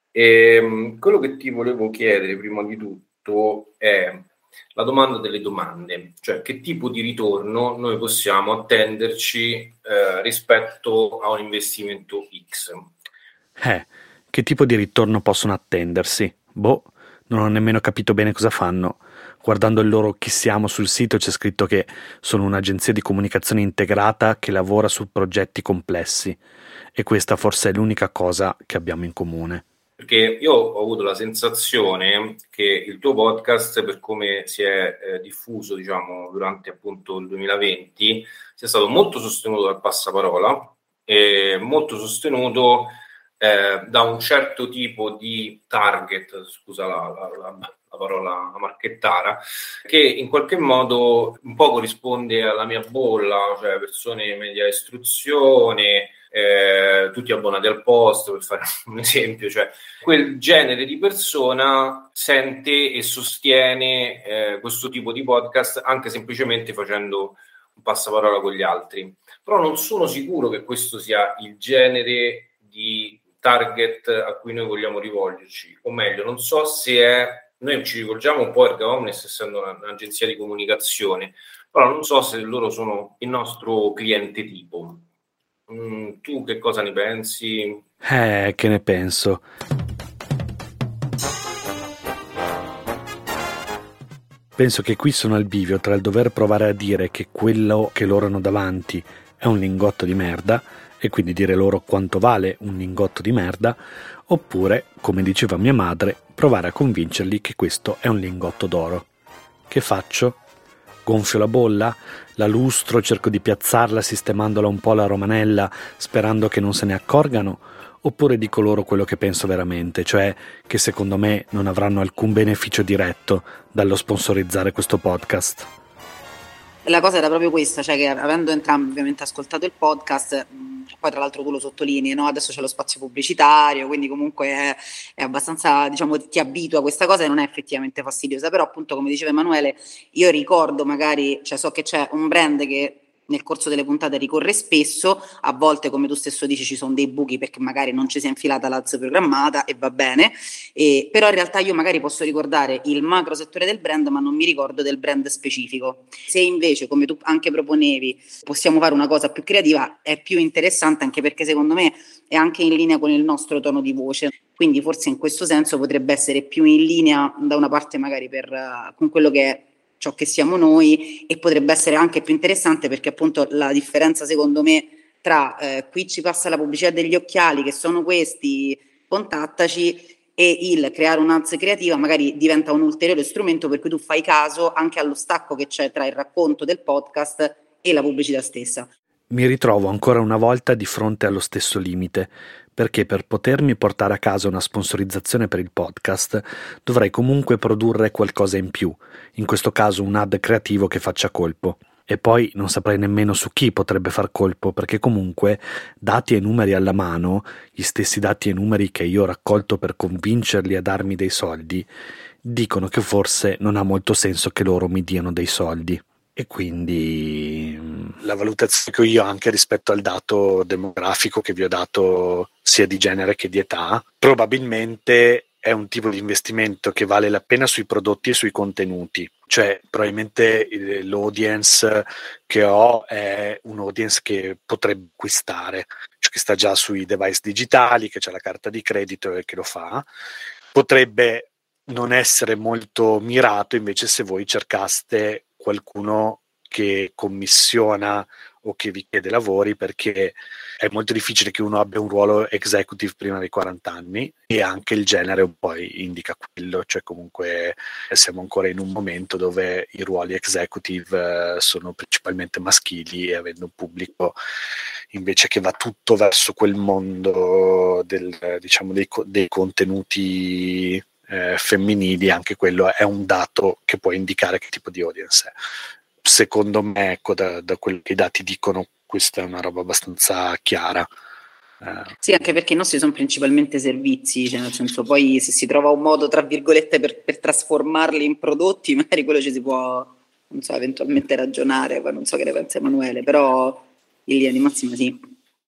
E, quello che ti volevo chiedere prima di tutto è la domanda delle domande, cioè che tipo di ritorno noi possiamo attenderci eh, rispetto a un investimento X. Eh, che tipo di ritorno possono attendersi? Boh, non ho nemmeno capito bene cosa fanno. Guardando il loro chi siamo sul sito c'è scritto che sono un'agenzia di comunicazione integrata che lavora su progetti complessi, e questa forse è l'unica cosa che abbiamo in comune. Perché io ho avuto la sensazione che il tuo podcast, per come si è eh, diffuso, diciamo, durante appunto il duemilaventi, sia stato molto sostenuto dal passaparola e molto sostenuto eh, da un certo tipo di target, scusa la, la, la, la parola marchettara, che in qualche modo un po' corrisponde alla mia bolla, cioè persone media istruzione, Eh, tutti abbonati al post, per fare un esempio, cioè quel genere di persona sente e sostiene eh, questo tipo di podcast anche semplicemente facendo un passaparola con gli altri. Però non sono sicuro che questo sia il genere di target a cui noi vogliamo rivolgerci, o meglio, non so se è, noi ci rivolgiamo un po' a Erga Omnes essendo un'agenzia di comunicazione, però non so se loro sono il nostro cliente tipo. Mm, tu che cosa ne pensi? Eh, che ne penso? Penso che qui sono al bivio tra il dover provare a dire che quello che loro hanno davanti è un lingotto di merda, e quindi dire loro quanto vale un lingotto di merda, oppure, come diceva mia madre, provare a convincerli che questo è un lingotto d'oro. Che faccio? Gonfio la bolla, la lustro, cerco di piazzarla sistemandola un po' alla romanella, sperando che non se ne accorgano, oppure dico loro quello che penso veramente, cioè che secondo me non avranno alcun beneficio diretto dallo sponsorizzare questo podcast. La cosa era proprio questa, cioè che avendo entrambi ovviamente ascoltato il podcast, poi tra l'altro tu lo sottolinei, no? Adesso c'è lo spazio pubblicitario, quindi comunque è, è abbastanza, diciamo, ti abitua a questa cosa e non è effettivamente fastidiosa, però appunto come diceva Emanuele, io ricordo magari, cioè so che c'è un brand che nel corso delle puntate ricorre spesso, a volte come tu stesso dici ci sono dei buchi perché magari non ci si è infilata l'A D S programmata e va bene, e, però in realtà io magari posso ricordare il macro settore del brand ma non mi ricordo del brand specifico. Se invece, come tu anche proponevi, possiamo fare una cosa più creativa, è più interessante, anche perché secondo me è anche in linea con il nostro tono di voce, quindi forse in questo senso potrebbe essere più in linea da una parte magari per, uh, con quello che è ciò che siamo noi, e potrebbe essere anche più interessante perché appunto la differenza secondo me tra eh, qui ci passa la pubblicità degli occhiali che sono questi, contattaci, e il creare un'ads creativa magari diventa un ulteriore strumento per cui tu fai caso anche allo stacco che c'è tra il racconto del podcast e la pubblicità stessa. Mi ritrovo ancora una volta di fronte allo stesso limite, perché per potermi portare a casa una sponsorizzazione per il podcast dovrei comunque produrre qualcosa in più, in questo caso un ad creativo che faccia colpo. E poi non saprei nemmeno su chi potrebbe far colpo, perché comunque dati e numeri alla mano, gli stessi dati e numeri che io ho raccolto per convincerli a darmi dei soldi, dicono che forse non ha molto senso che loro mi diano dei soldi. E quindi la valutazione che ho io anche rispetto al dato demografico che vi ho dato sia di genere che di età, probabilmente è un tipo di investimento che vale la pena sui prodotti e sui contenuti. Cioè probabilmente l'audience che ho è un'audience che potrebbe acquistare, cioè che sta già sui device digitali, che c'ha la carta di credito e che lo fa. Potrebbe non essere molto mirato invece se voi cercaste qualcuno che commissiona o che vi chiede lavori, perché è molto difficile che uno abbia un ruolo executive prima dei quaranta anni, e anche il genere poi indica quello, cioè comunque siamo ancora in un momento dove i ruoli executive sono principalmente maschili, e avendo un pubblico invece che va tutto verso quel mondo del, diciamo dei, dei contenuti eh, femminili, anche quello è un dato che può indicare che tipo di audience è. Secondo me, ecco, da, da quello che i dati dicono, questa è una roba abbastanza chiara. Eh. Sì, anche perché i nostri sono principalmente servizi, cioè nel senso, poi se si trova un modo, tra virgolette, per, per trasformarli in prodotti, magari quello ci si può, non so, eventualmente ragionare, poi non so che ne pensa Emanuele, però in linea di massima sì.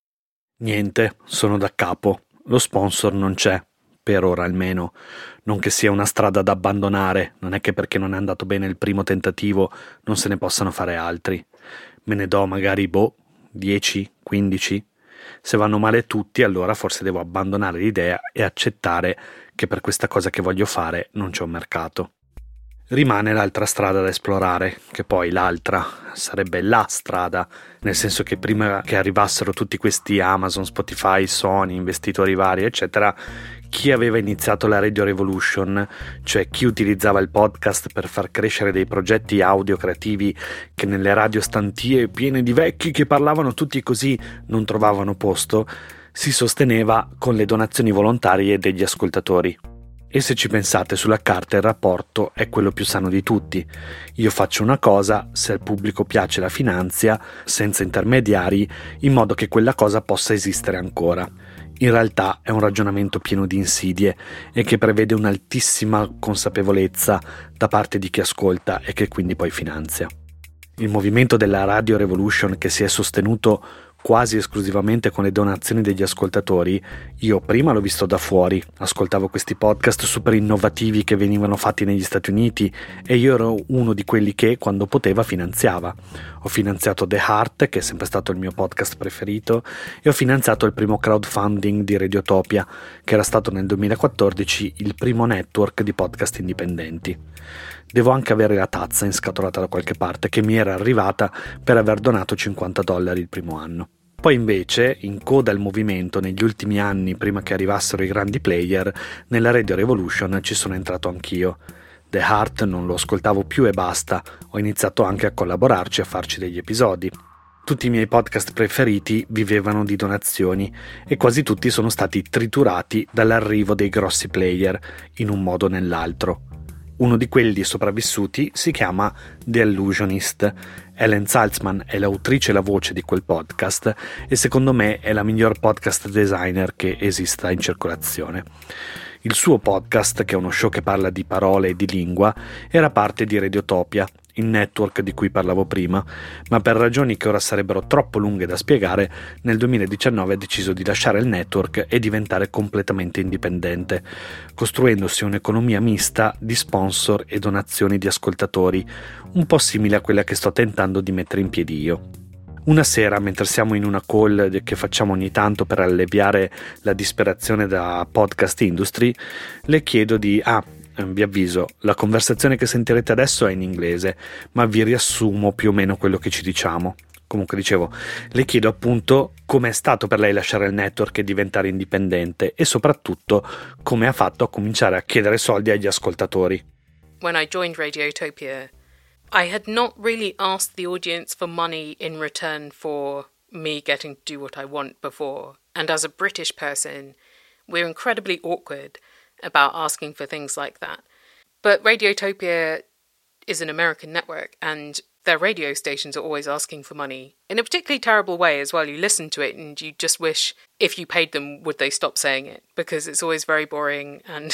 Niente, sono da capo, lo sponsor non c'è, per ora almeno. Non che sia una strada da abbandonare, non è che perché non è andato bene il primo tentativo non se ne possano fare altri. Me ne do magari, boh, dieci, quindici. Se vanno male tutti, allora forse devo abbandonare l'idea e accettare che per questa cosa che voglio fare non c'è un mercato. Rimane l'altra strada da esplorare, che poi l'altra sarebbe la strada, nel senso che prima che arrivassero tutti questi Amazon, Spotify, Sony, investitori vari, eccetera, chi aveva iniziato la Radio Revolution, cioè chi utilizzava il podcast per far crescere dei progetti audio creativi che nelle radio stantie piene di vecchi che parlavano tutti così non trovavano posto, si sosteneva con le donazioni volontarie degli ascoltatori. E se ci pensate, sulla carta il rapporto è quello più sano di tutti. Io faccio una cosa, se al pubblico piace la finanzia, senza intermediari, in modo che quella cosa possa esistere ancora. In realtà è un ragionamento pieno di insidie e che prevede un'altissima consapevolezza da parte di chi ascolta e che quindi poi finanzia. Il movimento della Radio Revolution, che si è sostenuto quasi esclusivamente con le donazioni degli ascoltatori, io prima l'ho visto da fuori, ascoltavo questi podcast super innovativi che venivano fatti negli Stati Uniti e io ero uno di quelli che, quando poteva, finanziava. Ho finanziato The Heart, che è sempre stato il mio podcast preferito, e ho finanziato il primo crowdfunding di Radiotopia, che era stato nel duemilaquattordici il primo network di podcast indipendenti. Devo anche avere la tazza inscatolata da qualche parte che mi era arrivata per aver donato cinquanta dollari il primo anno. Poi invece, in coda al movimento negli ultimi anni, prima che arrivassero i grandi player, nella Radio Revolution ci sono entrato anch'io. The Heart non lo ascoltavo più e basta, ho iniziato anche a collaborarci, a farci degli episodi. Tutti i miei podcast preferiti vivevano di donazioni e quasi tutti sono stati triturati dall'arrivo dei grossi player, in un modo o nell'altro. Uno di quelli sopravvissuti si chiama The Illusionist. Ellen Salzman è l'autrice e la voce di quel podcast e secondo me è la miglior podcast designer che esista in circolazione. Il suo podcast, che è uno show che parla di parole e di lingua, era parte di Radiotopia, il network di cui parlavo prima, ma per ragioni che ora sarebbero troppo lunghe da spiegare, nel duemiladiciannove ha deciso di lasciare il network e diventare completamente indipendente, costruendosi un'economia mista di sponsor e donazioni di ascoltatori, un po' simile a quella che sto tentando di mettere in piedi io. Una sera, mentre siamo in una call che facciamo ogni tanto per alleviare la disperazione da podcast industry, le chiedo di... ah, vi avviso, la conversazione che sentirete adesso è in inglese, ma vi riassumo più o meno quello che ci diciamo. Comunque dicevo, le chiedo appunto come è stato per lei lasciare il network e diventare indipendente e soprattutto come ha fatto a cominciare a chiedere soldi agli ascoltatori. When I joined Radiotopia, I had not really asked the audience for money in return for me getting to do what I want before. And as a British person, we're incredibly awkward about asking for things like that. But Radiotopia is an American network, and their radio stations are always asking for money in a particularly terrible way as well. You listen to it and you just wish if you paid them, would they stop saying it? Because it's always very boring and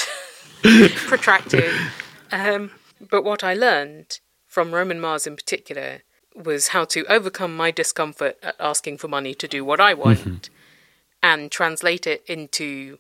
protracted. Um, but what I learned from Roman Mars in particular was how to overcome my discomfort at asking for money to do what I want mm-hmm. and translate it into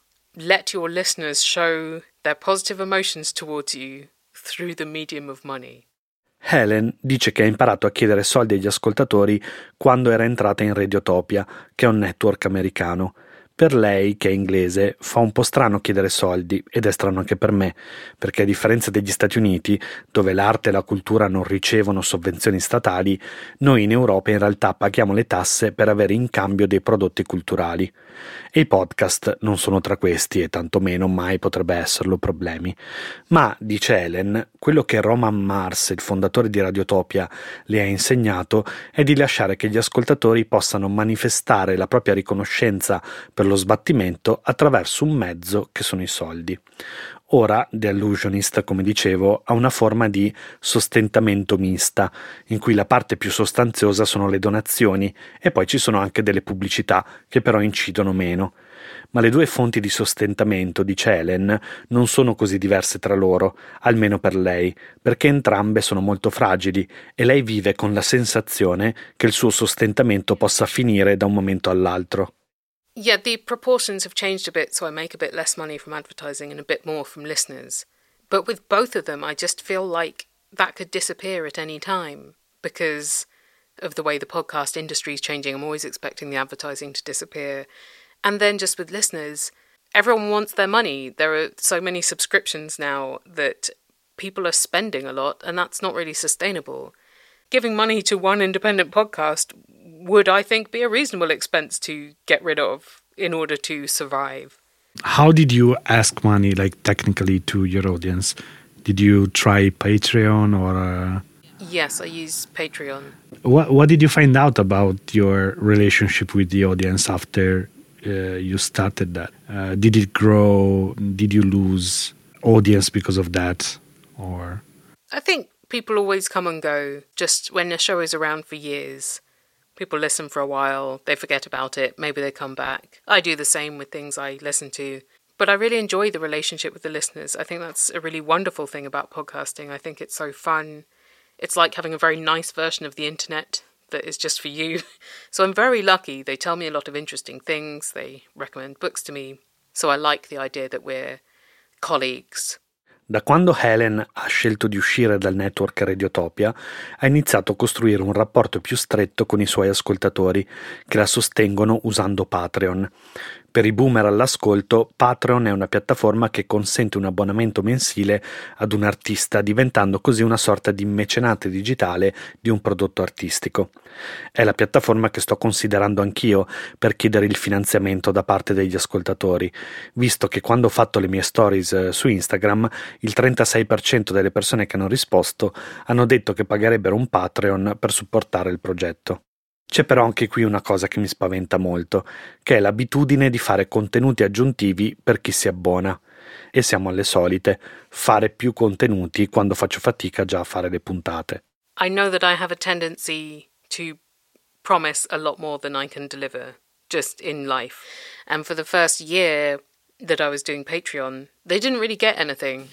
let your listeners show their positive emotions towards you through the medium of money. Helen dice che ha imparato a chiedere soldi agli ascoltatori quando era entrata in Radiotopia, che è un network americano. Per lei, che è inglese, fa un po' strano chiedere soldi, ed è strano anche per me, perché a differenza degli Stati Uniti, dove l'arte e la cultura non ricevono sovvenzioni statali, noi in Europa in realtà paghiamo le tasse per avere in cambio dei prodotti culturali. E i podcast non sono tra questi, e tantomeno mai potrebbe esserlo problemi. Ma, dice Helen, quello che Roman Mars, il fondatore di Radiotopia, le ha insegnato è di lasciare che gli ascoltatori possano manifestare la propria riconoscenza per lo sbattimento attraverso un mezzo che sono i soldi. Ora The Allusionist, come dicevo, ha una forma di sostentamento mista, in cui la parte più sostanziosa sono le donazioni e poi ci sono anche delle pubblicità che però incidono meno. Ma le due fonti di sostentamento, dice Helen, non sono così diverse tra loro, almeno per lei, perché entrambe sono molto fragili e lei vive con la sensazione che il suo sostentamento possa finire da un momento all'altro. Yeah, the proportions have changed a bit, so I make a bit less money from advertising and a bit more from listeners. But with both of them, I just feel like that could disappear at any time because of the way the podcast industry is changing. I'm always expecting the advertising to disappear. And then just with listeners, everyone wants their money. There are so many subscriptions now that people are spending a lot, and that's not really sustainable. Giving money to one independent podcast would, I think, be a reasonable expense to get rid of in order to survive. How did you ask money, like technically, to your audience? Did you try Patreon or? Uh... Yes, I use Patreon. What What did you find out about your relationship with the audience after uh, you started that? Uh, did it grow? Did you lose audience because of that, or? I think people always come and go. Just when a show is around for years, people listen for a while, they forget about it, maybe they come back. I do the same with things I listen to. But I really enjoy the relationship with the listeners. I think that's a really wonderful thing about podcasting. I think it's so fun. It's like having a very nice version of the internet that is just for you. So I'm very lucky. They tell me a lot of interesting things. They recommend books to me. So I like the idea that we're colleagues. Da quando Helen ha scelto di uscire dal network Radiotopia, ha iniziato a costruire un rapporto più stretto con i suoi ascoltatori, che la sostengono usando Patreon. Per i boomer all'ascolto, Patreon è una piattaforma che consente un abbonamento mensile ad un artista, diventando così una sorta di mecenate digitale di un prodotto artistico. È la piattaforma che sto considerando anch'io per chiedere il finanziamento da parte degli ascoltatori, visto che quando ho fatto le mie stories su Instagram, il trentasei per cento delle persone che hanno risposto hanno detto che pagherebbero un Patreon per supportare il progetto. C'è però anche qui una cosa che mi spaventa molto, che è l'abitudine di fare contenuti aggiuntivi per chi si abbona. E siamo alle solite, fare più contenuti quando faccio fatica già a fare le puntate. I know that I have a tendency to promise a lot more than I can deliver, just in life. And for the first year that I was doing Patreon, they didn't really get anything.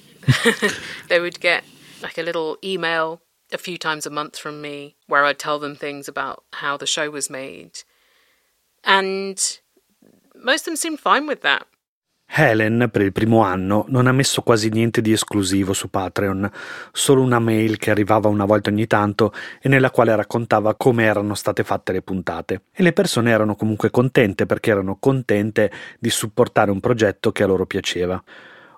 They would get like a little email a few times a month from me where I'd tell them things about how the show was made. And most of them seemed fine with that. Helen, per il primo anno, non ha messo quasi niente di esclusivo su Patreon, solo una mail che arrivava una volta ogni tanto e nella quale raccontava come erano state fatte le puntate. E le persone erano comunque contente perché erano contente di supportare un progetto che a loro piaceva.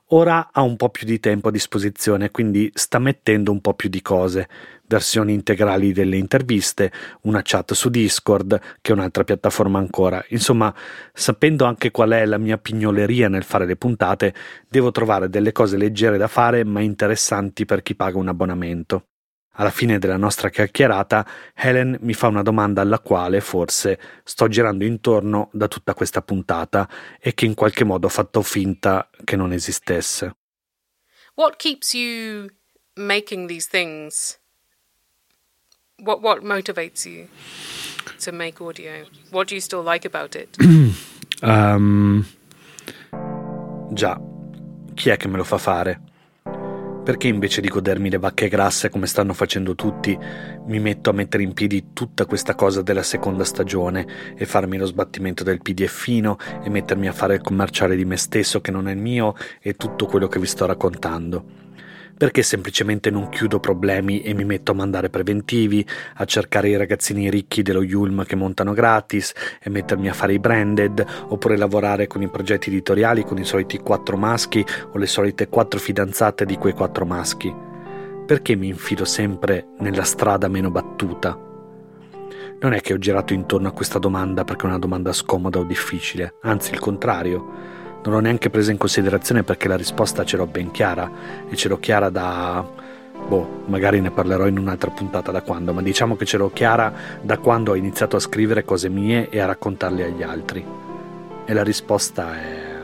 Ora ha un po' più di tempo a disposizione, quindi sta mettendo un po' più di cose, versioni integrali delle interviste, una chat su Discord, che è un'altra piattaforma ancora. Insomma, sapendo anche qual è la mia pignoleria nel fare le puntate, devo trovare delle cose leggere da fare ma interessanti per chi paga un abbonamento. Alla fine della nostra chiacchierata, Helen mi fa una domanda alla quale forse sto girando intorno da tutta questa puntata e che in qualche modo ho fatto finta che non esistesse. What keeps you making these things? What what motivates you to make audio? What do you still like about it? um, già, chi è che me lo fa fare? Perché invece di godermi le vacche grasse come stanno facendo tutti, mi metto a mettere in piedi tutta questa cosa della seconda stagione e farmi lo sbattimento del pidieffino e mettermi a fare il commerciale di me stesso che non è il mio e tutto quello che vi sto raccontando? Perché semplicemente non chiudo problemi e mi metto a mandare preventivi, a cercare i ragazzini ricchi dello Yulm che montano gratis e mettermi a fare i branded, oppure lavorare con i progetti editoriali con i soliti quattro maschi o le solite quattro fidanzate di quei quattro maschi? Perché mi infilo sempre nella strada meno battuta? Non è che ho girato intorno a questa domanda perché è una domanda scomoda o difficile, anzi il contrario. Non l'ho neanche presa in considerazione perché la risposta ce l'ho ben chiara, e ce l'ho chiara da... boh, magari ne parlerò in un'altra puntata da quando, ma diciamo che ce l'ho chiara da quando ho iniziato a scrivere cose mie e a raccontarle agli altri. E la risposta è...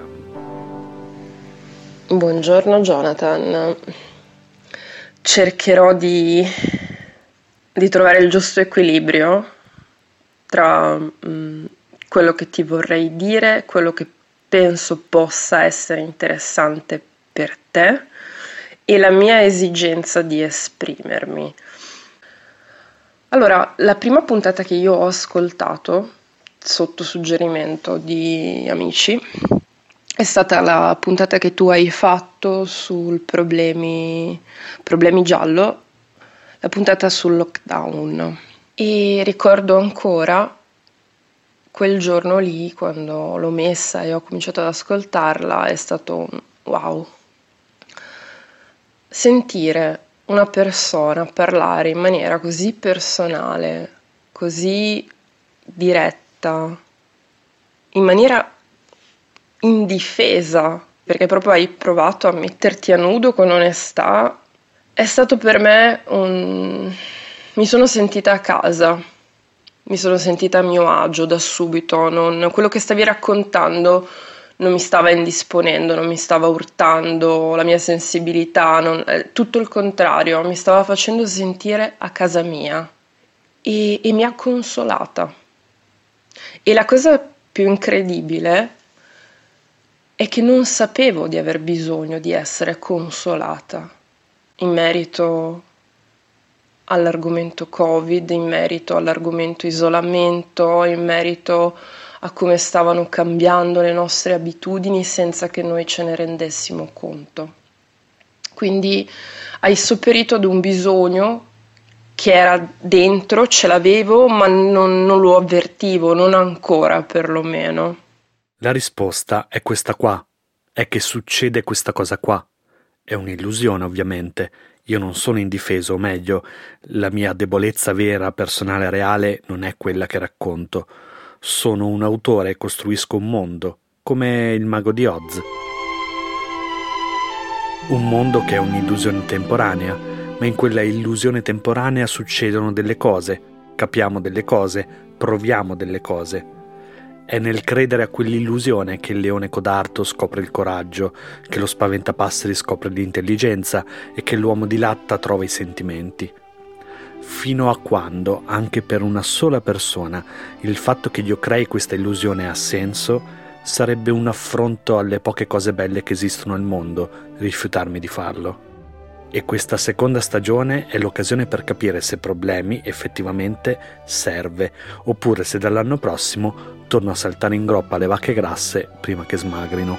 Buongiorno Jonathan. Cercherò di, di trovare il giusto equilibrio tra mh, quello che ti vorrei dire, quello che penso possa essere interessante per te e la mia esigenza di esprimermi. Allora, la prima puntata che io ho ascoltato sotto suggerimento di amici è stata la puntata che tu hai fatto sul problemi, problemi giallo, la puntata sul lockdown, e ricordo ancora quel giorno lì, quando l'ho messa e ho cominciato ad ascoltarla, è stato un wow. Sentire una persona parlare in maniera così personale, così diretta, in maniera indifesa, perché proprio hai provato a metterti a nudo con onestà, è stato per me un... mi sono sentita a casa. Mi sono sentita a mio agio da subito, non, quello che stavi raccontando non mi stava indisponendo, non mi stava urtando la mia sensibilità, non, eh, tutto il contrario, mi stava facendo sentire a casa mia e, e mi ha consolata. E la cosa più incredibile è che non sapevo di aver bisogno di essere consolata in merito all'argomento Covid, in merito all'argomento isolamento, in merito a come stavano cambiando le nostre abitudini senza che noi ce ne rendessimo conto. Quindi hai sopperito ad un bisogno che era dentro, ce l'avevo, ma non, non lo avvertivo, non ancora perlomeno. La risposta è questa qua, è che succede questa cosa qua. È un'illusione, ovviamente. Io non sono indifeso, o meglio, la mia debolezza vera, personale, reale non è quella che racconto. Sono un autore e costruisco un mondo, come il mago di Oz. Un mondo che è un'illusione temporanea, ma in quella illusione temporanea succedono delle cose, capiamo delle cose, proviamo delle cose. È nel credere a quell'illusione che il leone codardo scopre il coraggio, che lo spaventapasseri scopre l'intelligenza e che l'uomo di latta trova i sentimenti. Fino a quando, anche per una sola persona, il fatto che io crei questa illusione ha senso, sarebbe un affronto alle poche cose belle che esistono al mondo rifiutarmi di farlo. E questa seconda stagione è l'occasione per capire se Problemi effettivamente serve, oppure se dall'anno prossimo torno a saltare in groppa le vacche grasse prima che smagrino.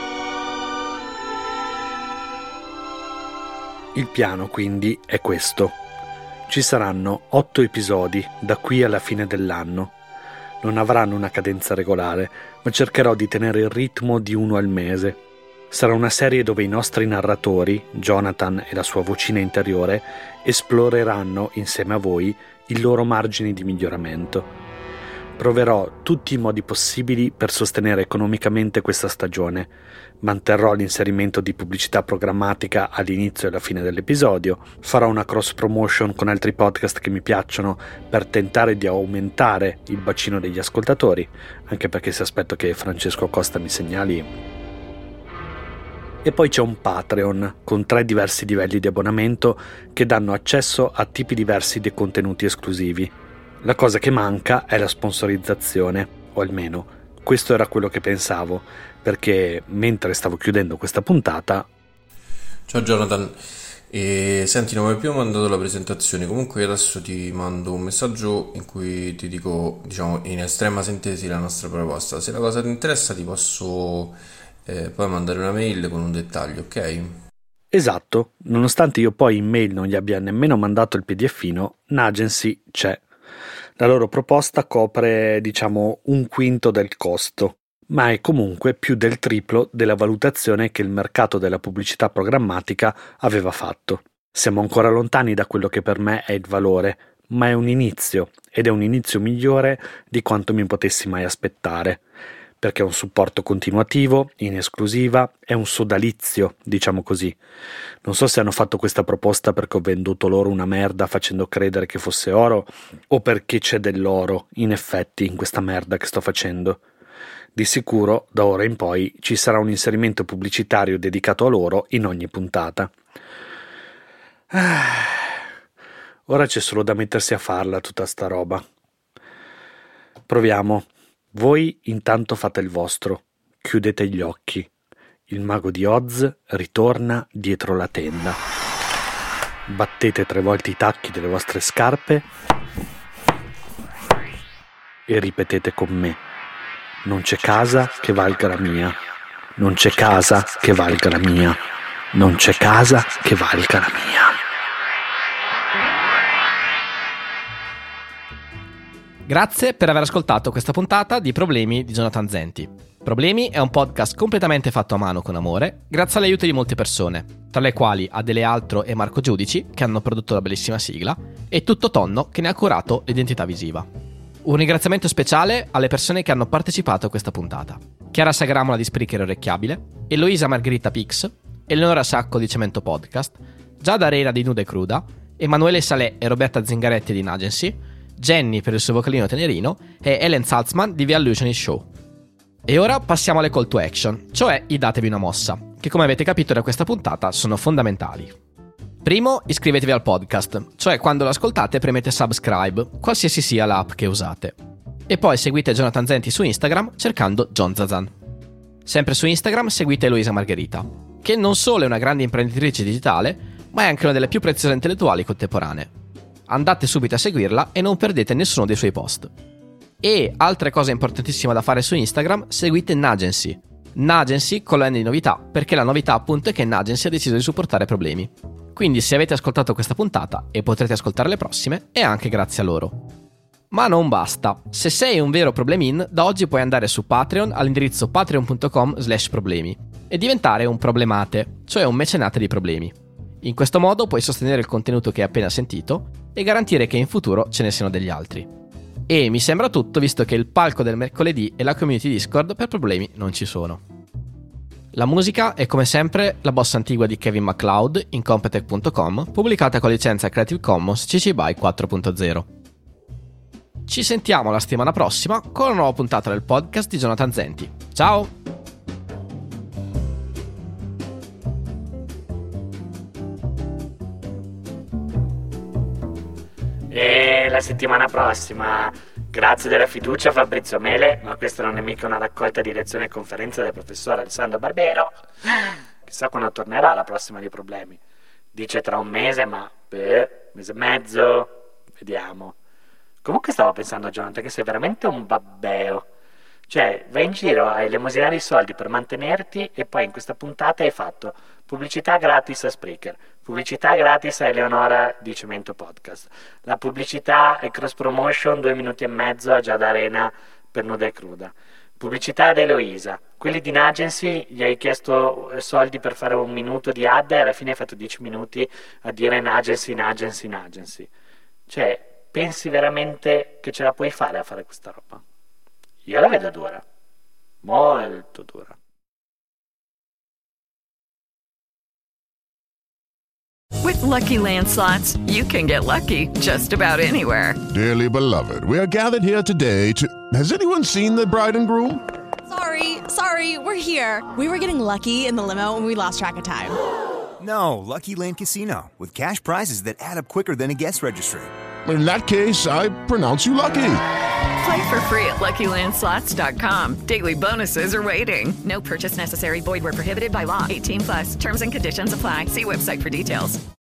Il piano quindi è questo. Ci saranno otto episodi da qui alla fine dell'anno. Non avranno una cadenza regolare, ma cercherò di tenere il ritmo di uno al mese. Sarà una serie dove i nostri narratori, Jonathan e la sua vocina interiore, esploreranno insieme a voi i loro margini di miglioramento. Proverò tutti i modi possibili per sostenere economicamente questa stagione. Manterrò l'inserimento di pubblicità programmatica all'inizio e alla fine dell'episodio. Farò una cross promotion con altri podcast che mi piacciono per tentare di aumentare il bacino degli ascoltatori, anche perché se aspetto che Francesco Costa mi segnali. E poi c'è un Patreon con tre diversi livelli di abbonamento che danno accesso a tipi diversi di contenuti esclusivi. La cosa che manca è la sponsorizzazione, o almeno questo era quello che pensavo, perché mentre stavo chiudendo questa puntata... Ciao Jonathan, e senti, non mi hai più mandato la presentazione, comunque adesso ti mando un messaggio in cui ti dico, diciamo, in estrema sintesi la nostra proposta. Se la cosa ti interessa ti posso eh, poi mandare una mail con un dettaglio, ok? Esatto, nonostante io poi in mail non gli abbia nemmeno mandato il pdfino, Nagency c'è. La loro proposta copre, diciamo, un quinto del costo, ma è comunque più del triplo della valutazione che il mercato della pubblicità programmatica aveva fatto. Siamo ancora lontani da quello che per me è il valore, ma è un inizio, ed è un inizio migliore di quanto mi potessi mai aspettare, perché è un supporto continuativo, in esclusiva, è un sodalizio, diciamo così. Non so se hanno fatto questa proposta perché ho venduto loro una merda facendo credere che fosse oro, o perché c'è dell'oro, in effetti, in questa merda che sto facendo. Di sicuro, da ora in poi, ci sarà un inserimento pubblicitario dedicato a loro in ogni puntata. Ah, ora c'è solo da mettersi a farla tutta sta roba. Proviamo. Voi intanto fate il vostro, chiudete gli occhi. Il mago di Oz ritorna dietro la tenda. Battete tre volte i tacchi delle vostre scarpe e ripetete con me. Non c'è casa che valga la mia. Non c'è casa che valga la mia. Non c'è casa che valga la mia. Grazie per aver ascoltato questa puntata di Problemi di Jonathan Zenti. Problemi è un podcast completamente fatto a mano con amore, grazie all'aiuto di molte persone, tra le quali Adele Altro e Marco Giudici, che hanno prodotto la bellissima sigla, e Tutto Tonno, che ne ha curato l'identità visiva. Un ringraziamento speciale alle persone che hanno partecipato a questa puntata: Chiara Sagramola di Spreaker Orecchiabile, Eloisa Margherita Pix, Eleonora Sacco di Cemento Podcast, Giada Arena di Nuda e Cruda, Emanuele Salè e Roberta Zingaretti di Nagency, Jenny per il suo vocalino tenerino e Ellen Salzman di The Illusionist Show. E ora passiamo alle call to action, cioè i datevi una mossa, che come avete capito da questa puntata sono fondamentali. Primo, iscrivetevi al podcast, cioè quando lo ascoltate premete subscribe, qualsiasi sia l'app che usate. E poi seguite Jonathan Zenti su Instagram cercando John Zazan. Sempre su Instagram seguite Eloisa Margherita, che non solo è una grande imprenditrice digitale, ma è anche una delle più preziose intellettuali contemporanee. Andate subito a seguirla e non perdete nessuno dei suoi post. E altre cose importantissime da fare su Instagram, seguite Nagency. Nagency con la N di novità, perché la novità appunto è che Nagency ha deciso di supportare Problemi. Quindi se avete ascoltato questa puntata e potrete ascoltare le prossime, è anche grazie a loro. Ma non basta. Se sei un vero Problemin, da oggi puoi andare su Patreon all'indirizzo patreon punto com slash problemi e diventare un problemate, cioè un mecenate di problemi. In questo modo puoi sostenere il contenuto che hai appena sentito e garantire che in futuro ce ne siano degli altri. E mi sembra tutto, visto che il palco del mercoledì e la community Discord per Problemi non ci sono. La musica è come sempre la bossa antigua di Kevin MacLeod in Competech punto com, pubblicata con licenza Creative Commons C C B Y quattro punto zero. Ci sentiamo la settimana prossima con una nuova puntata del podcast di Jonathan Zenti. Ciao! E la settimana prossima, grazie della fiducia Fabrizio Mele, ma questa non è mica una raccolta di lezioni e conferenze del professor Alessandro Barbero. Chissà quando tornerà la prossima di Problemi. Dice tra un mese, ma beh, mese e mezzo, vediamo. Comunque stavo pensando, Jonathan, che sei veramente un babbeo. Cioè, vai in giro a elemosinare i soldi per mantenerti e poi in questa puntata hai fatto pubblicità gratis a Spreaker, pubblicità gratis a Eleonora di Cemento Podcast, la pubblicità e cross promotion due minuti e mezzo a Giada Arena per Nuda e Cruda, Pubblicità ad Eloisa. Quelli di Nagency gli hai chiesto soldi per fare un minuto di ad e alla fine hai fatto dieci minuti a dire Nagency, Nagency, Nagency. Cioè, pensi veramente che ce la puoi fare a fare questa roba? Io la vedo dura. Molto dura. With Lucky Land Slots, you can get lucky just about anywhere. Dearly beloved, we are gathered here today to... Has anyone seen the bride and groom? Sorry, sorry, we're here. We were getting lucky in the limo and we lost track of time. No, Lucky Land Casino, with cash prizes that add up quicker than a guest registry. In that case, I pronounce you lucky. Play for free at lucky land slots dot com. Daily bonuses are waiting. No purchase necessary. Void where prohibited by law. eighteen plus. Terms and conditions apply. See website for details.